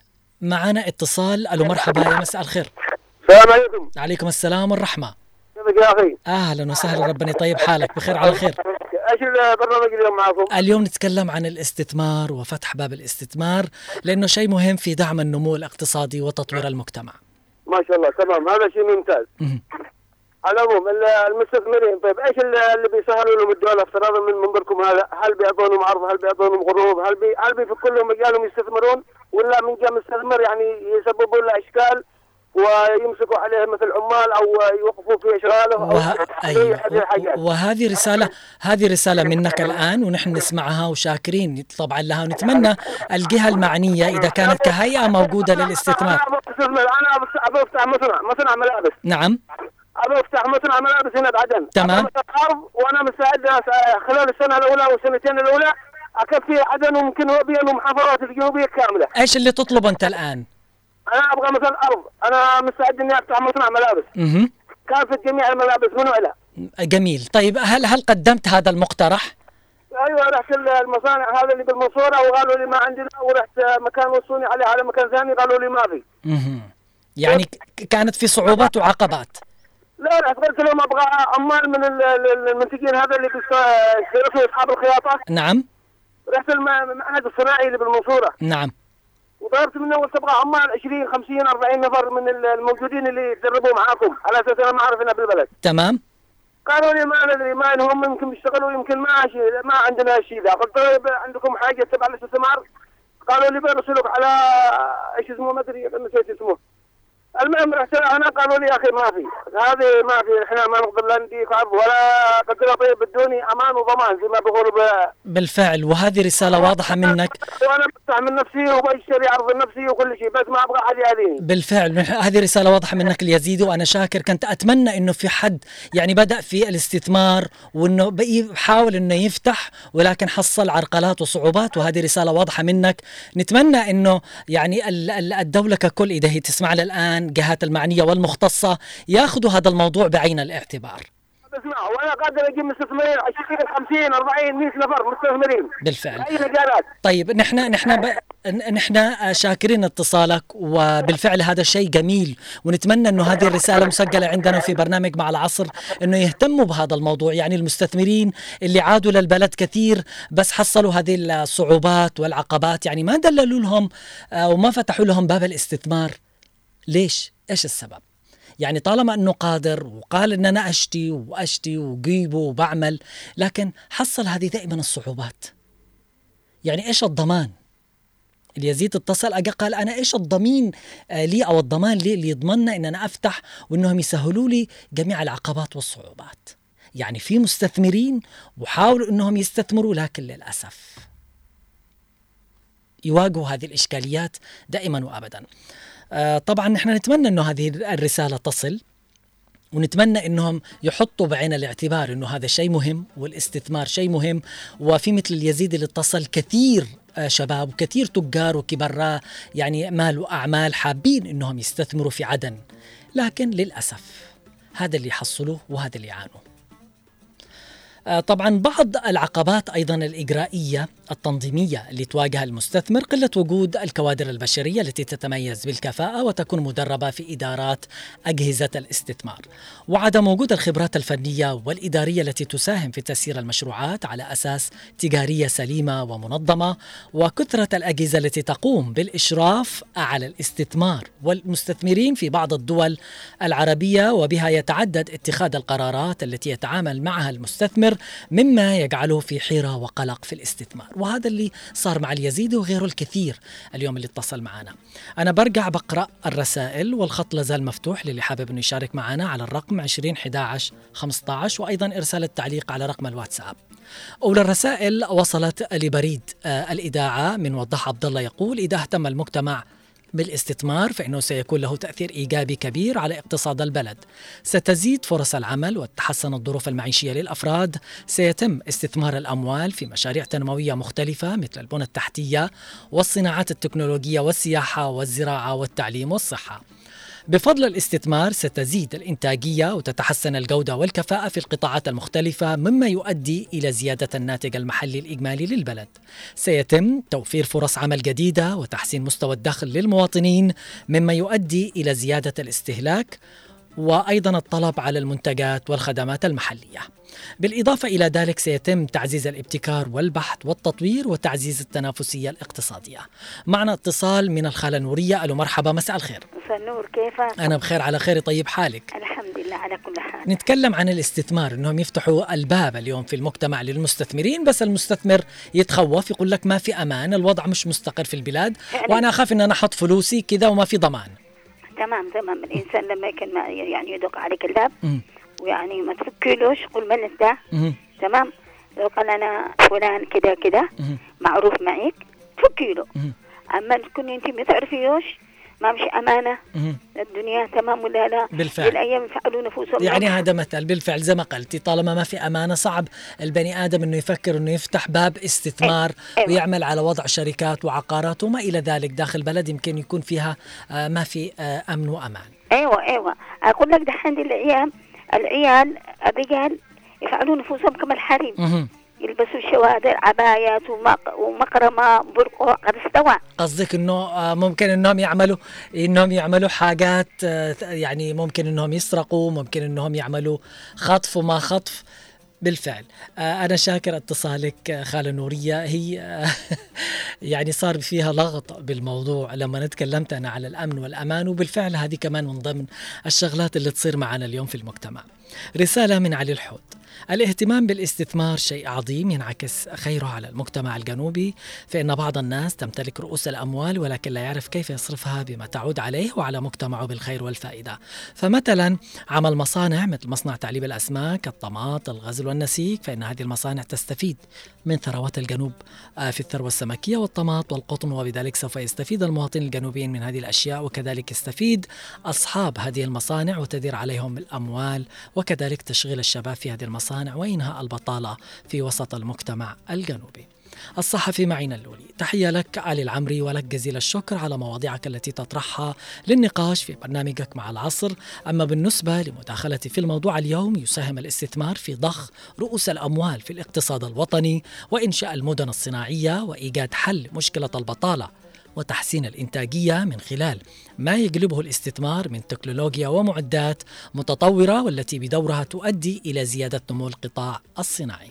معنا اتصال. ألو مرحبا، يا مساء الخير. السلام عليكم. عليكم السلام والرحمة. كيفك يا أخي؟ أهلا وسهلا، ربنا يطيب حالك، بخير على خير. ايش البرنامج اليوم معكم؟ اليوم نتكلم عن الاستثمار وفتح باب الاستثمار، لأنه شيء مهم في دعم النمو الاقتصادي وتطوير المجتمع. ما شاء الله، تمام، هذا شيء ممتاز. على العموم المستثمرين، طيب ايش اللي بيسهلوا لهم الدولة افتراضا من منبركم هذا؟ هل بيعطونهم عرض؟ هل بيعطونهم قروض؟ هل بي هل بيفكوا لهم مجالهم يستثمرون، ولا من جاء مستثمر يعني يسببوا له اشكال ويمسكوا عليه مثل عمال او يوقفوا في اشغاله؟ وه... أيوة. وهذه رساله هذه رساله منك الان، ونحن نسمعها وشاكرين طبعا لها، ونتمنى الجهه المعنيه اذا كانت كهيئه موجوده للاستثمار. انا ابغى افتح مصنع مصنع ملابس. نعم، ابغى افتح مصنع ملابس هنا بعدين. تمام. وانا مستعد خلال السنه الاولى والسنتين الاولى اكفي عدن وممكن وبيا والمحافظات الجنوبيه كامله. ايش اللي تطلب انت الان؟ انا ابغى مثلا ارض، انا مستعد اني افتح مصنع ملابس. اها، كافه جميع الملابس من وإلى. جميل. طيب هل هل قدمت هذا المقترح؟ ايوه، رحت المصانع هذا اللي بالمنصوره وقالوا لي ما عندنا، ورحت مكان وصوني عليه على مكان ثاني قالوا لي ما في. اها، يعني كانت في صعوبات وعقبات. لا، رحت قلت لهم ابغى عمال من المنتجين هذا اللي بيصيروا اصحاب الخياطه. نعم. رحت المعهد الصناعي اللي بالمنصوره. نعم. وطلبت منه قلت ابغى عمال عشرين خمسين أربعين نفر من الموجودين اللي يتدربوا معاكم على اساس انا ما اعرف هنا بالبلد. تمام. قالوا لي ما ندري، ما هم يمكن بيشتغلوا يمكن ما ما عندنا شيء ذا. قلت طيب عندكم حاجه تبع الاستثمار؟ قالوا لي بيرسلوك على ايش اسمه ما ادري نسيت اسمه. المهم رحت هنا قالوا لي يا اخي ما في، هذه ما في، احنا ما نقدر لا نديك عرض ولا قلت له طيب بدوني امان وضمان زي ما بيقولوا ب... بالفعل، وهذه رساله واضحه منك. وانا بفتح من نفسي وبشتري عرض نفسي وكل شيء، بس ما ابغى حد يأذيني. بالفعل هذه رساله واضحه منك ليزيد، وانا شاكر. كنت اتمنى انه في حد يعني بدا في الاستثمار وانه بيحاول انه يفتح، ولكن حصل عرقلات وصعوبات، وهذه رساله واضحه منك. نتمنى انه يعني الدوله ككل اذا هي تسمعنا الان كمان جهات المعنية والمختصة يأخذوا هذا الموضوع بعين الاعتبار. اسمع، وانا قادر اجيب مستثمرين عشرين خمسين أربعين مئة نفر مستثمرين بالفعل. اي مجالات. طيب نحن نحن ب... نحن شاكرين اتصالك، وبالفعل هذا الشيء جميل، ونتمنى انه هذه الرساله مسجله عندنا في برنامج مع العصر انه يهتموا بهذا الموضوع. يعني المستثمرين اللي عادوا للبلد كثير بس حصلوا هذه الصعوبات والعقبات، يعني ما دللوا لهم وما فتحوا لهم باب الاستثمار. ليش؟ ايش السبب؟ يعني طالما أنه قادر وقال أن أنا أشتي وأشتي وجيبه وبعمل، لكن حصل هذه دائما الصعوبات. يعني إيش الضمان؟ اليزيد اتصل أجا قال أنا إيش الضمين لي أو الضمان لي اللي يضمننا أن أنا أفتح وأنهم يسهلوا لي جميع العقبات والصعوبات. يعني في مستثمرين وحاولوا أنهم يستثمروا، لكن للأسف يواجهوا هذه الإشكاليات دائما وأبدا. طبعا نحن نتمنى أنه هذه الرسالة تصل، ونتمنى أنهم يحطوا بعين الاعتبار أنه هذا شيء مهم والاستثمار شيء مهم. وفي مثل اليزيد اللي اتصل كثير شباب وكثير تجار وكبراء يعني مال وأعمال حابين أنهم يستثمروا في عدن، لكن للأسف هذا اللي يحصلوه وهذا اللي يعانوا. طبعا بعض العقبات أيضا الإجرائية التنظيمية اللي تواجه المستثمر، قلة وجود الكوادر البشرية التي تتميز بالكفاءة وتكون مدربة في إدارات أجهزة الاستثمار، وعدم وجود الخبرات الفنية والإدارية التي تساهم في تسيير المشروعات على أساس تجارية سليمة ومنظمة، وكثرة الأجهزة التي تقوم بالإشراف على الاستثمار والمستثمرين في بعض الدول العربية، وبها يتعدد اتخاذ القرارات التي يتعامل معها المستثمر مما يجعله في حيرة وقلق في الاستثمار. وهذا اللي صار مع اليزيد وغيره الكثير اليوم اللي اتصل معنا. أنا برجع بقرأ الرسائل والخط لازال مفتوح للي حابب أنه يشارك معنا على الرقم عشرين أحد عشر خمسة عشر، وأيضا إرسال التعليق على رقم الواتساب. أولى الرسائل وصلت لبريد آه الإذاعة من وضح عبد الله، يقول إذا اهتم المجتمع بالاستثمار فإنه سيكون له تأثير إيجابي كبير على اقتصاد البلد، ستزيد فرص العمل وتتحسن الظروف المعيشية للأفراد، سيتم استثمار الأموال في مشاريع تنموية مختلفة مثل البنى التحتية والصناعات التكنولوجية والسياحة والزراعة والتعليم والصحة. بفضل الاستثمار ستزيد الإنتاجية وتتحسن الجودة والكفاءة في القطاعات المختلفة، مما يؤدي إلى زيادة الناتج المحلي الإجمالي للبلد. سيتم توفير فرص عمل جديدة وتحسين مستوى الدخل للمواطنين، مما يؤدي إلى زيادة الاستهلاك وأيضا الطلب على المنتجات والخدمات المحلية. بالإضافة إلى ذلك سيتم تعزيز الابتكار والبحث والتطوير وتعزيز التنافسية الاقتصادية. معنا اتصال من الخالة نورية. ألو مرحبا، مساء الخير. مساء النور، كيفك؟ أنا بخير على خير. طيب حالك؟ الحمد لله على كل حال. نتكلم عن الاستثمار، أنهم يفتحوا الباب اليوم في المجتمع للمستثمرين، بس المستثمر يتخوف يقول لك ما في أمان، الوضع مش مستقر في البلاد يعني وأنا أخاف أن أنا أحط فلوسي كذا وما في ضمان. تمام تمام. الإنسان لما يكون يعني يدق عليك الباب ويعني ما تفكيلوش قل من انت. تمام. لو قال انا فلان كده كده معروف معك تفكيله. اما تكون انت ما تعرفيوش ما مش امانه الدنيا. تمام ولا لا؟ بالفعل. الايام يفعلوا نفوسهم يعني هذا مثل بالفعل زي ما قلتي، طالما ما في امانه صعب البني ادم انه يفكر انه يفتح باب استثمار أيوة. ويعمل على وضع شركات وعقارات وما الى ذلك داخل بلد يمكن يكون فيها آه ما في آه امن وامان. ايوه ايوه. اقول لك دحين العيال العيال الرجال يفعلون نفوسهم كما الحريم، يلبسوا شوادر عبايات ومقرمة برقع قد استوى. قصدك انه ممكن انهم يعملوا انهم يعملوا حاجات يعني ممكن انهم يسرقوا، ممكن انهم يعملوا خطف وما خطف. بالفعل أنا شاكر اتصالك خالة نورية. هي يعني صار فيها لغط بالموضوع لما نتكلمت أنا على الأمن والأمان، وبالفعل هذه كمان من ضمن الشغلات اللي تصير معنا اليوم في المجتمع. رسالة من علي الحوت: الاهتمام بالاستثمار شيء عظيم ينعكس خيره على المجتمع الجنوبي، فإن بعض الناس تمتلك رؤوس الأموال ولكن لا يعرف كيف يصرفها بما تعود عليه وعلى مجتمعه بالخير والفائدة. فمثلا عمل مصانع مثل مصنع تعليب الأسماك، الطماط، الغزل والنسيج، فإن هذه المصانع تستفيد من ثروات الجنوب في الثروة السمكية والطماط والقطن، وبذلك سوف يستفيد المواطنين الجنوبيين من هذه الأشياء، وكذلك يستفيد أصحاب هذه المصانع وتدير عليهم الأموال، وكذلك تشغيل الشباب في هذه المصانع وإنهاء البطالة في وسط المجتمع الجنوبي. الصحفي معين اللولي. تحية لك علي العمري، ولك جزيل الشكر على مواضيعك التي تطرحها للنقاش في برنامجك مع العصر. أما بالنسبة لمداخلتي في الموضوع اليوم، يساهم الاستثمار في ضخ رؤوس الأموال في الاقتصاد الوطني وإنشاء المدن الصناعية وإيجاد حل مشكلة البطالة وتحسين الإنتاجية من خلال ما يجلبه الاستثمار من تكنولوجيا ومعدات متطورة، والتي بدورها تؤدي إلى زيادة نمو القطاع الصناعي.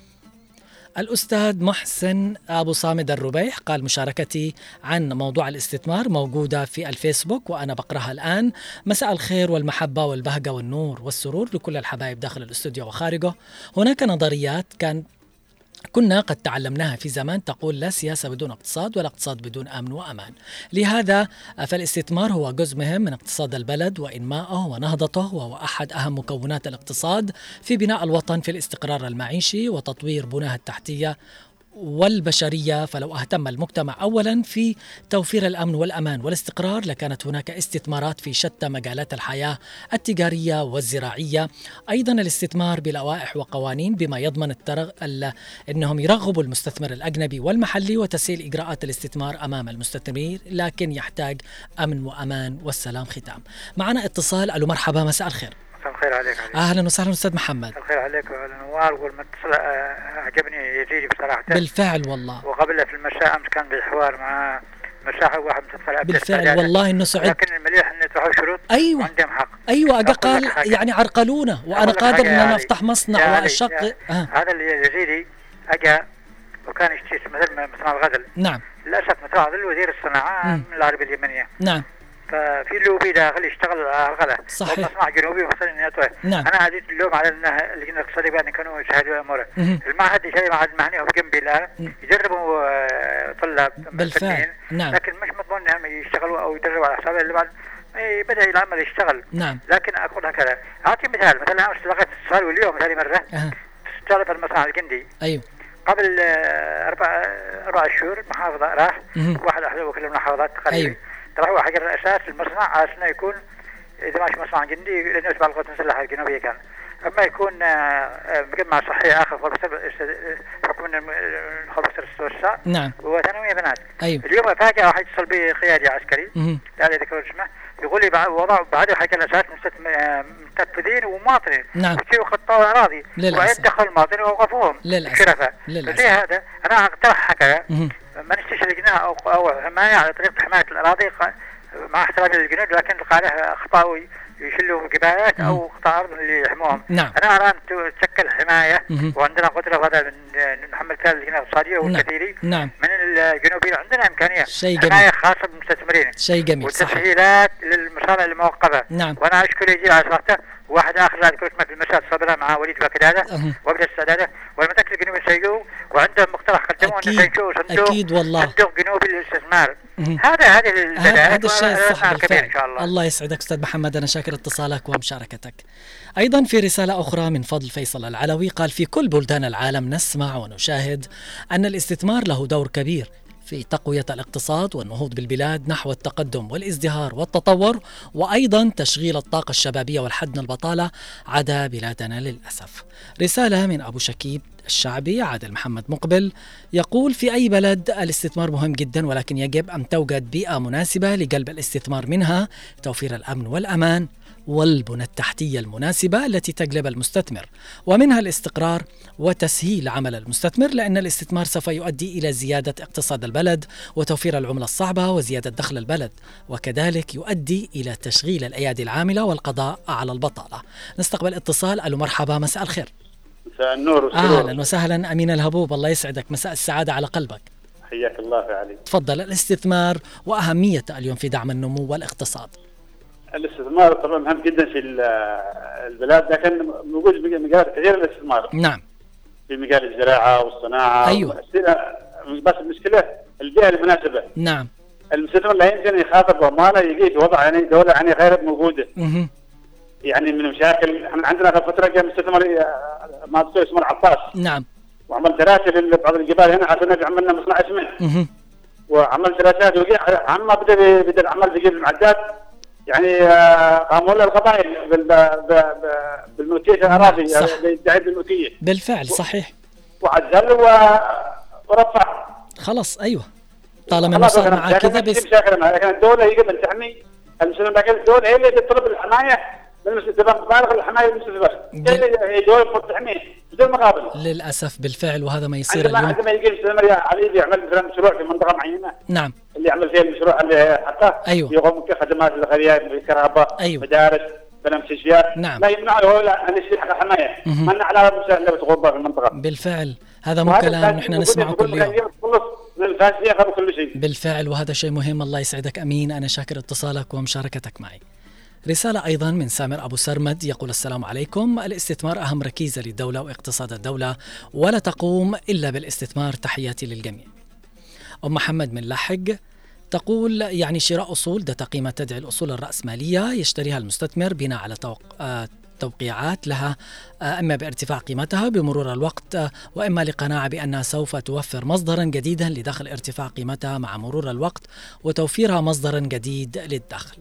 الأستاذ محسن أبو صامد الربيح قال: مشاركتي عن موضوع الاستثمار موجودة في الفيسبوك وأنا بقرأها الآن. مساء الخير والمحبة والبهجة والنور والسرور لكل الحبايب داخل الاستوديو وخارجه. هناك نظريات كان كنا قد تعلمناها في زمان تقول: لا سياسة بدون اقتصاد ولا اقتصاد بدون أمن وأمان. لهذا فالاستثمار هو جزء مهم من اقتصاد البلد وإنمائه ونهضته، وهو أحد أهم مكونات الاقتصاد في بناء الوطن، في الاستقرار المعيشي وتطوير بناها التحتية والبشرية. فلو اهتم المجتمع أولا في توفير الأمن والأمان والاستقرار، لكانت هناك استثمارات في شتى مجالات الحياة التجارية والزراعية. أيضا الاستثمار بلوائح وقوانين بما يضمن الترغ... ال... أنهم يرغبوا المستثمر الأجنبي والمحلي وتسهيل إجراءات الاستثمار أمام المستثمرين، لكن يحتاج أمن وأمان والسلام ختام. معنا اتصال. ألو مرحبا، مساء الخير. الخير عليك عليك. اهلا وسهلا استاذ محمد. الخير عليك وعلى نوار. والمتصل عجبني يزيدي بصراحه. بالفعل والله. وقبل في المساء امس كان بالحوار مع مساحه واحد متصل. بالفعل والله انه سعد. لكن المليح انه تروحوا شروط. ايوه وعندهم حق. ايوه قال يعني عرقلونا وانا قادر ان انا افتح مصنع واشق. آه. هذا اللي يزيدي اجا وكان يشتري مثل مصنع الغزل. نعم. للاسف متواضع وزير الصناعه م. من العربيه اليمنيه. نعم. ففي لوبي داخل يشتغل على الغلا. صحيح. مصنع جنوبي ومصنع نطوي. نعم. انا عديت اللوم على اللجنه الاقتصاديه بان كانوا يسهلوا اموره. المعهد يسوي معهد مهني هو جنبي الان يجربوا طلاب. بالفعل. نعم. لكن مش مضمون انهم يشتغلوا او يدربوا على حساب اللي بعد بدا العمل يشتغل. نعم. لكن اقول هكذا، اعطي مثال. مثلا امس لقيت اتصال واليوم ثاني مره اشتغل في المصنع الجندي. ايوه. قبل اربع اربع شهور محافظه راح واحد احد وكيل المحافظات قريب. أيوه. راحوا حجر الاساس المصنع على انه يكون اذا ماشي مصنع جندي لانه تبع القوات المسلحه الجنوبيه كان، اما يكون مجمع صحي اخر حكومه الخبز السوسه. نعم. وثانويه بنات. ايوه. اليوم فاجأ واحد اتصل بي قيادي عسكري لا ذكر اسمه، يقول لي وضعوا بعد حجر الاساس مستنفذين ومواطنين. نعم. يصيروا خطوا اراضي وبعدين دخلوا المواطنين ووقفوهم. للاسف. للاسف. هذا انا اقترح هكذا ما نستشهد لجنة أو أو حماية على طريقة حماية الأراضي مع احترام للجنود، لكن قاله أخطاء يشلوا جبايات أو قطع أرض اللي يحموهم. نعم. أنا أرى أن تشكل حماية وعندنا قدرة في هذا من محمد كال اللجنة الاقتصادية والكثيري. نعم. من الجنوبيين عندنا إمكانية شيء حماية خاصة بالمستثمرين. شيء جميل. وتسهيلات للمصانع الموقفة. نعم. وأنا أشكر يجي على صراحته. واحد آخر لا أذكر اسمه في المساء صبرا مع وليد بكدادة وابدا السدادة والمتاكد الجنوبي سيجوا وعندهم مقترح قدموا أن ينشئوا صندوق. أكيد والله. صندوق جنوبي للاستثمار. هذا هذه البداية. هذا الشيء الصح بالفعل. إن شاء الله. الله يسعدك أستاذ محمد، أنا شاكر اتصالك ومشاركتك. أيضا في رسالة أخرى من فضل فيصل العلوي قال: في كل بلدان العالم نسمع ونشاهد أن الاستثمار له دور كبير في تقوية الاقتصاد والنهوض بالبلاد نحو التقدم والازدهار والتطور، وأيضا تشغيل الطاقة الشبابية والحد من البطالة، عدا بلادنا للأسف. رسالة من أبو شكيب الشعبي عادل محمد مقبل يقول: في أي بلد الاستثمار مهم جدا، ولكن يجب أن توجد بيئة مناسبة لجلب الاستثمار، منها توفير الأمن والأمان والبنى التحتية المناسبة التي تجلب المستثمر، ومنها الاستقرار وتسهيل عمل المستثمر، لأن الاستثمار سوف يؤدي إلى زيادة اقتصاد البلد وتوفير العملة الصعبة وزيادة دخل البلد، وكذلك يؤدي إلى تشغيل الأيادي العاملة والقضاء على البطالة. نستقبل اتصال. ألو مرحبا، مساء الخير. مساء النور والسرور. أهلا وسهلا أمين الهبوب، الله يسعدك، مساء السعادة على قلبك. حياك الله يا علي. تفضل. الاستثمار وأهميته اليوم في دعم النمو والاقتصاد. الاستثمار طبعا مهم جدا في البلاد، لكن موجود مجالات كثيرة للاستثمار. نعم. في مجال الزراعة والصناعة. أيوة. بس المشكلة البيئة المناسبة. نعم. المستثمر لا يمكن يخاطب عماله يجي في وضع يعني دولة يعني غير موجودة. مه. يعني من المشاكل احنا عندنا في فترة جاء مستثمر ما تصير اسمه العباس. نعم. وعمل دراسة في بعض الجبال هنا عشان عملنا مصنع اسمنت. وعمل دراسات وقع عما بدا بدا العمل في المعدات يعني قاموا له القبائل بالملكية الأراضي، يدعي بالملكية. بالفعل صحيح. وعزل و ورفع خلاص ايوه طالما انه صار معك كذا بس لكن الدوله هي قبل تحمي المسلمين، لكن الدوله هي اللي تطلب الحمايه من المسلمين، بالغ الحمايه للمسلمين بس هي الدوله تحميه بدون مقابل. للاسف بالفعل، وهذا ما يصير عندما اليوم. عندما يجي المستثمر علي يعمل مثلا مشروع في منطقه معينه، نعم، اللي يعمل فيها المشروع اللي حتى أيوه. يقوم بخدمات الخيريه بالكهرباء، أيوه. مدارس، بنى مستشفيات، نعم. ما يمنع هو ان يصير حق الحمايه، من على المساهمه بتغطى في المنطقه. بالفعل هذا مو كلام نحن نسمعه كل يوم. بالفعل، وهذا شيء مهم. الله يسعدك أمين، أنا شاكر اتصالك ومشاركتك معي. رسالة أيضا من سامر أبو سرمد يقول: السلام عليكم، الاستثمار أهم ركيزة للدولة واقتصاد الدولة، ولا تقوم إلا بالاستثمار، تحياتي للجميع. أم محمد من لحق تقول: يعني شراء أصول ذات قيمة تدعي الأصول الرأسمالية يشتريها المستثمر بناء على توق... آه توقيعات لها، إما بارتفاع قيمتها بمرور الوقت، وإما لقناعة بأنها سوف توفر مصدرا جديدا لدخل ارتفاع قيمتها مع مرور الوقت وتوفيرها مصدرا جديد للدخل.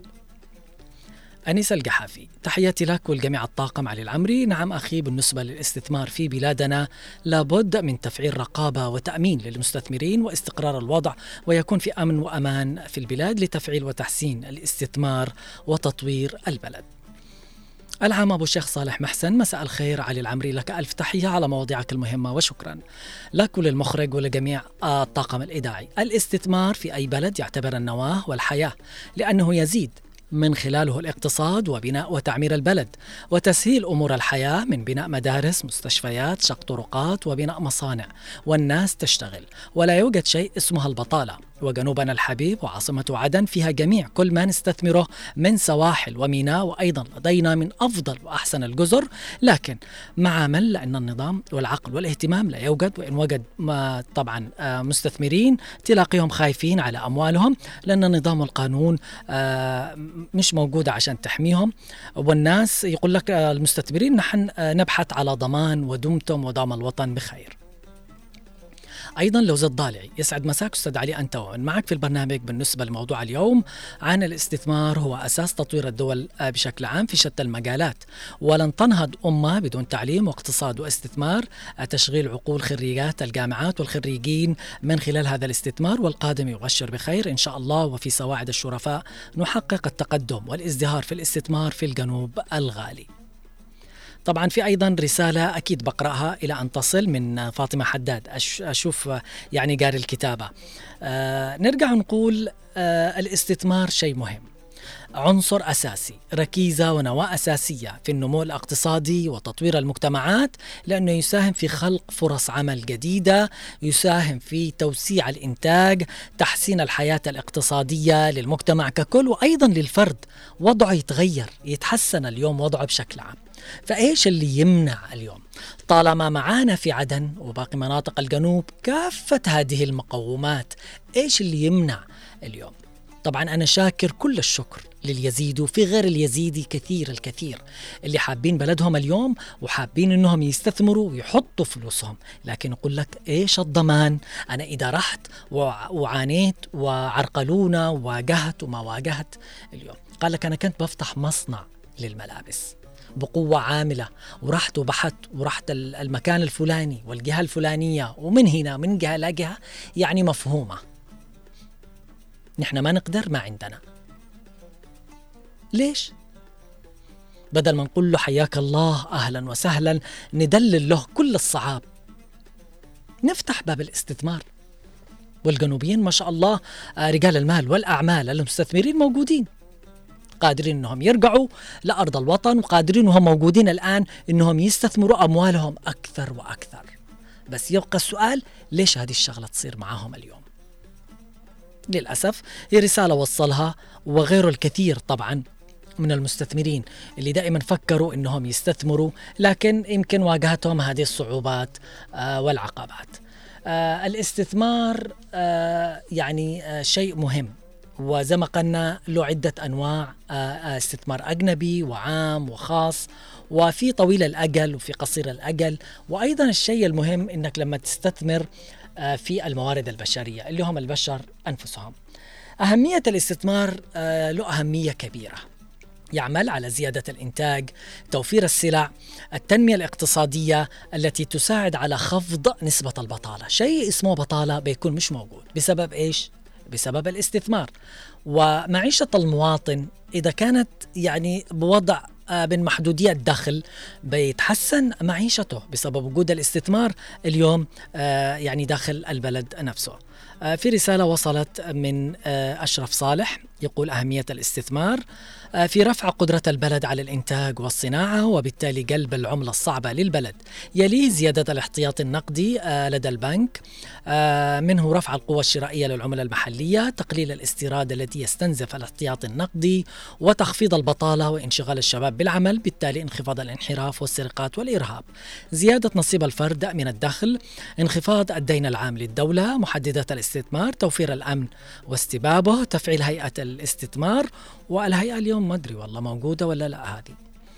أنيس القحافي: تحياتي لك والجميع الطاقم علي العمري. نعم أخي، بالنسبة للاستثمار في بلادنا لابد من تفعيل رقابة وتأمين للمستثمرين واستقرار الوضع، ويكون في أمن وأمان في البلاد لتفعيل وتحسين الاستثمار وتطوير البلد. العام أبو الشيخ صالح محسن: مساء الخير علي العمري، لك ألف تحية على مواضيعك المهمة، وشكرا لك وللمخرج ولجميع الطاقم الإذاعي. الاستثمار في أي بلد يعتبر النواة والحياة، لأنه يزيد من خلاله الاقتصاد وبناء وتعمير البلد وتسهيل أمور الحياة، من بناء مدارس، مستشفيات، شق طرقات، وبناء مصانع، والناس تشتغل، ولا يوجد شيء اسمها البطالة. وجنوبنا الحبيب وعاصمة عدن فيها جميع كل ما نستثمره من سواحل وميناء، وأيضا لدينا من أفضل وأحسن الجزر، لكن مع من لأن النظام والعقل والاهتمام لا يوجد. وإن وجد ما طبعا مستثمرين تلاقيهم خايفين على أموالهم، لأن النظام والقانون مش موجودة عشان تحميهم. والناس يقول لك المستثمرين نحن نبحث على ضمان ودمتم ودام الوطن بخير. أيضا لوز الضالعي: يسعد مساك أستاذ علي أنت ومن معك في البرنامج. بالنسبة لموضوع اليوم عن الاستثمار، هو أساس تطوير الدول بشكل عام في شتى المجالات، ولن تنهض أمة بدون تعليم واقتصاد واستثمار، تشغيل عقول خريجات الجامعات والخريجين من خلال هذا الاستثمار، والقادم يبشر بخير إن شاء الله. وفي سواعد الشرفاء نحقق التقدم والازدهار في الاستثمار في الجنوب الغالي. طبعا في أيضا رسالة أكيد بقرأها إلى أن تصل من فاطمة حداد، أشوف يعني قاري الكتابة. آه نرجع نقول آه الاستثمار شيء مهم، عنصر أساسي، ركيزة ونواة أساسية في النمو الاقتصادي وتطوير المجتمعات، لأنه يساهم في خلق فرص عمل جديدة، يساهم في توسيع الإنتاج، تحسين الحياة الاقتصادية للمجتمع ككل، وأيضا للفرد وضعه يتغير، يتحسن اليوم وضعه بشكل عام. فإيش اللي يمنع اليوم؟ طالما معانا في عدن وباقي مناطق الجنوب كافة هذه المقومات، إيش اللي يمنع اليوم؟ طبعا أنا شاكر كل الشكر لليزيد، وفي غير اليزيدي كثير الكثير اللي حابين بلدهم اليوم وحابين إنهم يستثمروا ويحطوا فلوسهم، لكن يقول لك إيش الضمان؟ أنا إذا رحت وعانيت وعرقلونا وواجهت وما واجهت اليوم. قال لك أنا كنت بفتح مصنع للملابس بقوة عاملة، ورحت وبحثت ورحت المكان الفلاني والجهة الفلانية، ومن هنا من جهة لا جهة، يعني مفهومة. نحن ما نقدر، ما عندنا. ليش؟ بدل ما نقول له حياك الله أهلا وسهلا، ندلل له كل الصعاب، نفتح باب الاستثمار. والجنوبيين ما شاء الله رجال المال والأعمال المستثمرين موجودين، قادرين أنهم يرجعوا لأرض الوطن، وقادرين وهم موجودين الآن أنهم يستثمروا أموالهم أكثر وأكثر. بس يبقى السؤال، ليش هذه الشغلة تصير معهم اليوم؟ للأسف هي رسالة وصلها وغيره الكثير طبعا من المستثمرين اللي دائما فكروا أنهم يستثمروا، لكن يمكن واجهتهم هذه الصعوبات آه والعقبات. آه الاستثمار آه يعني آه شيء مهم، وزي ما قلنا له عدة أنواع، استثمار أجنبي وعام وخاص، وفي طويل الأجل وفي قصير الأجل. وأيضا الشيء المهم أنك لما تستثمر في الموارد البشرية اللي هم البشر أنفسهم. أهمية الاستثمار له أهمية كبيرة، يعمل على زيادة الإنتاج، توفير السلع، التنمية الاقتصادية التي تساعد على خفض نسبة البطالة. شيء اسمه بطالة بيكون مش موجود بسبب إيش؟ بسبب الاستثمار. ومعيشة المواطن إذا كانت يعني بوضع من محدودية دخل بيتحسن معيشته بسبب وجود الاستثمار اليوم يعني داخل البلد نفسه. في رسالة وصلت من أشرف صالح يقول أهمية الاستثمار في رفع قدرة البلد على الإنتاج والصناعة وبالتالي قلب العملة الصعبة للبلد، يليه زيادة الاحتياطي النقدي لدى البنك، منه رفع القوة الشرائية للعملة المحلية، تقليل الاستيراد الذي يستنزف الاحتياطي النقدي، وتخفيض البطالة وانشغال الشباب بالعمل، بالتالي انخفاض الانحراف والسرقات والإرهاب، زيادة نصيب الفرد من الدخل، انخفاض الدين العام للدولة، محددات الاستثمار، توفير الأمن واستبابه، تفعيل هيئة الاستثمار. والهيئة اليوم ما أدري والله موجودة ولا لا. هذه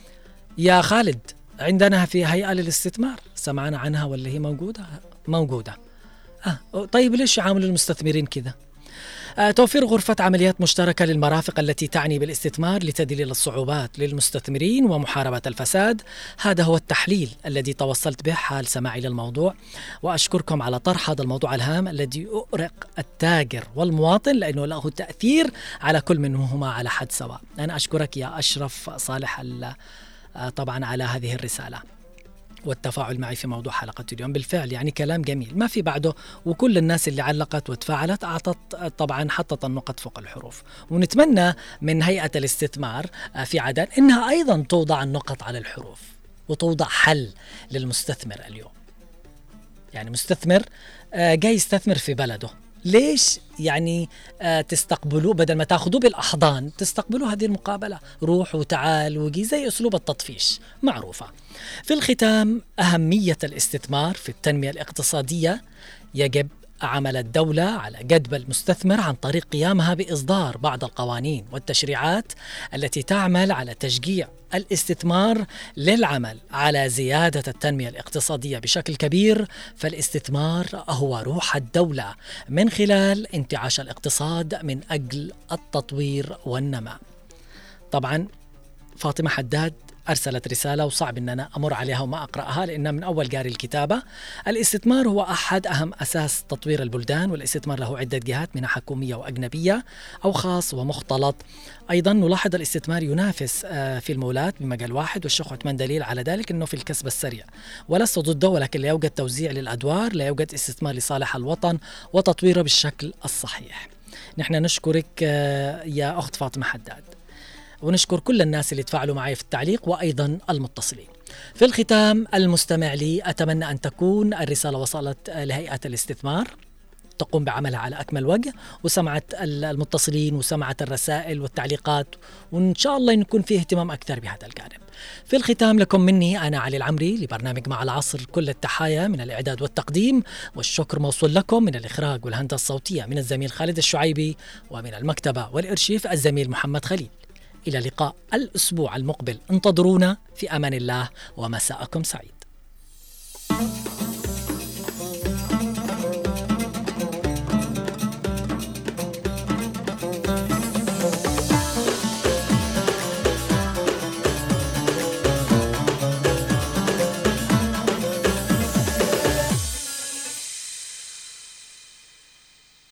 يا خالد عندنا في هيئة للاستثمار سمعنا عنها ولا هي موجودة؟ موجودة. آه طيب ليش يعاملوا المستثمرين كذا؟ آه توفير غرفة عمليات مشتركة للمرافق التي تعني بالاستثمار لتذليل الصعوبات للمستثمرين ومحاربة الفساد. هذا هو التحليل الذي توصلت به حال سماعي للموضوع، وأشكركم على طرح هذا الموضوع الهام الذي يؤرق التاجر والمواطن لأنه له تأثير على كل منهما على حد سواء. أنا أشكرك يا أشرف صالح طبعا على هذه الرسالة والتفاعل معي في موضوع حلقة اليوم. بالفعل يعني كلام جميل ما في بعده، وكل الناس اللي علقت وتفاعلت أعطت طبعا حطت النقط فوق الحروف. ونتمنى من هيئة الاستثمار في عدن إنها أيضا توضع النقط على الحروف وتوضع حل للمستثمر اليوم. يعني مستثمر جاي يستثمر في بلده، ليش يعني تستقبلوه بدل ما تاخذوه بالأحضان تستقبلوا هذه المقابلة؟ روح وتعال وجي زي أسلوب التطفيش معروفة. في الختام، أهمية الاستثمار في التنمية الاقتصادية. يجب عمل الدولة على جذب المستثمر عن طريق قيامها بإصدار بعض القوانين والتشريعات التي تعمل على تشجيع الاستثمار للعمل على زيادة التنمية الاقتصادية بشكل كبير. فالاستثمار هو روح الدولة من خلال انتعاش الاقتصاد من أجل التطوير والنماء. طبعا فاطمة حداد أرسلت رسالة وصعب أن أنا أمر عليها وما أقرأها لأنها من أول قاري الكتابة. الاستثمار هو أحد أهم أساس تطوير البلدان، والاستثمار له عدة جهات منها حكومية وأجنبية أو خاص ومختلط. أيضا نلاحظ الاستثمار ينافس في المولات بمجال واحد، والشيخ عثمان دليل على ذلك أنه في الكسب السريع، ولست ضده، ولكن لا يوجد توزيع للأدوار، لا يوجد استثمار لصالح الوطن وتطويره بالشكل الصحيح. نحن نشكرك يا أخت فاطمة حداد، ونشكر كل الناس اللي تفاعلوا معي في التعليق وأيضا المتصلين. في الختام المستمع لي، أتمنى أن تكون الرسالة وصلت لهيئة الاستثمار تقوم بعملها على أكمل وجه، وسمعت المتصلين وسمعت الرسائل والتعليقات، وإن شاء الله يكون فيه اهتمام أكثر بهذا الجانب. في الختام لكم مني أنا علي العمري لبرنامج مع العصر كل التحايا من الإعداد والتقديم، والشكر موصول لكم من الإخراج والهندسة الصوتية من الزميل خالد الشعيبي، ومن المكتبة والإرشيف الزميل محمد خليل. إلى لقاء الأسبوع المقبل، انتظرونا في أمان الله ومساءكم سعيد.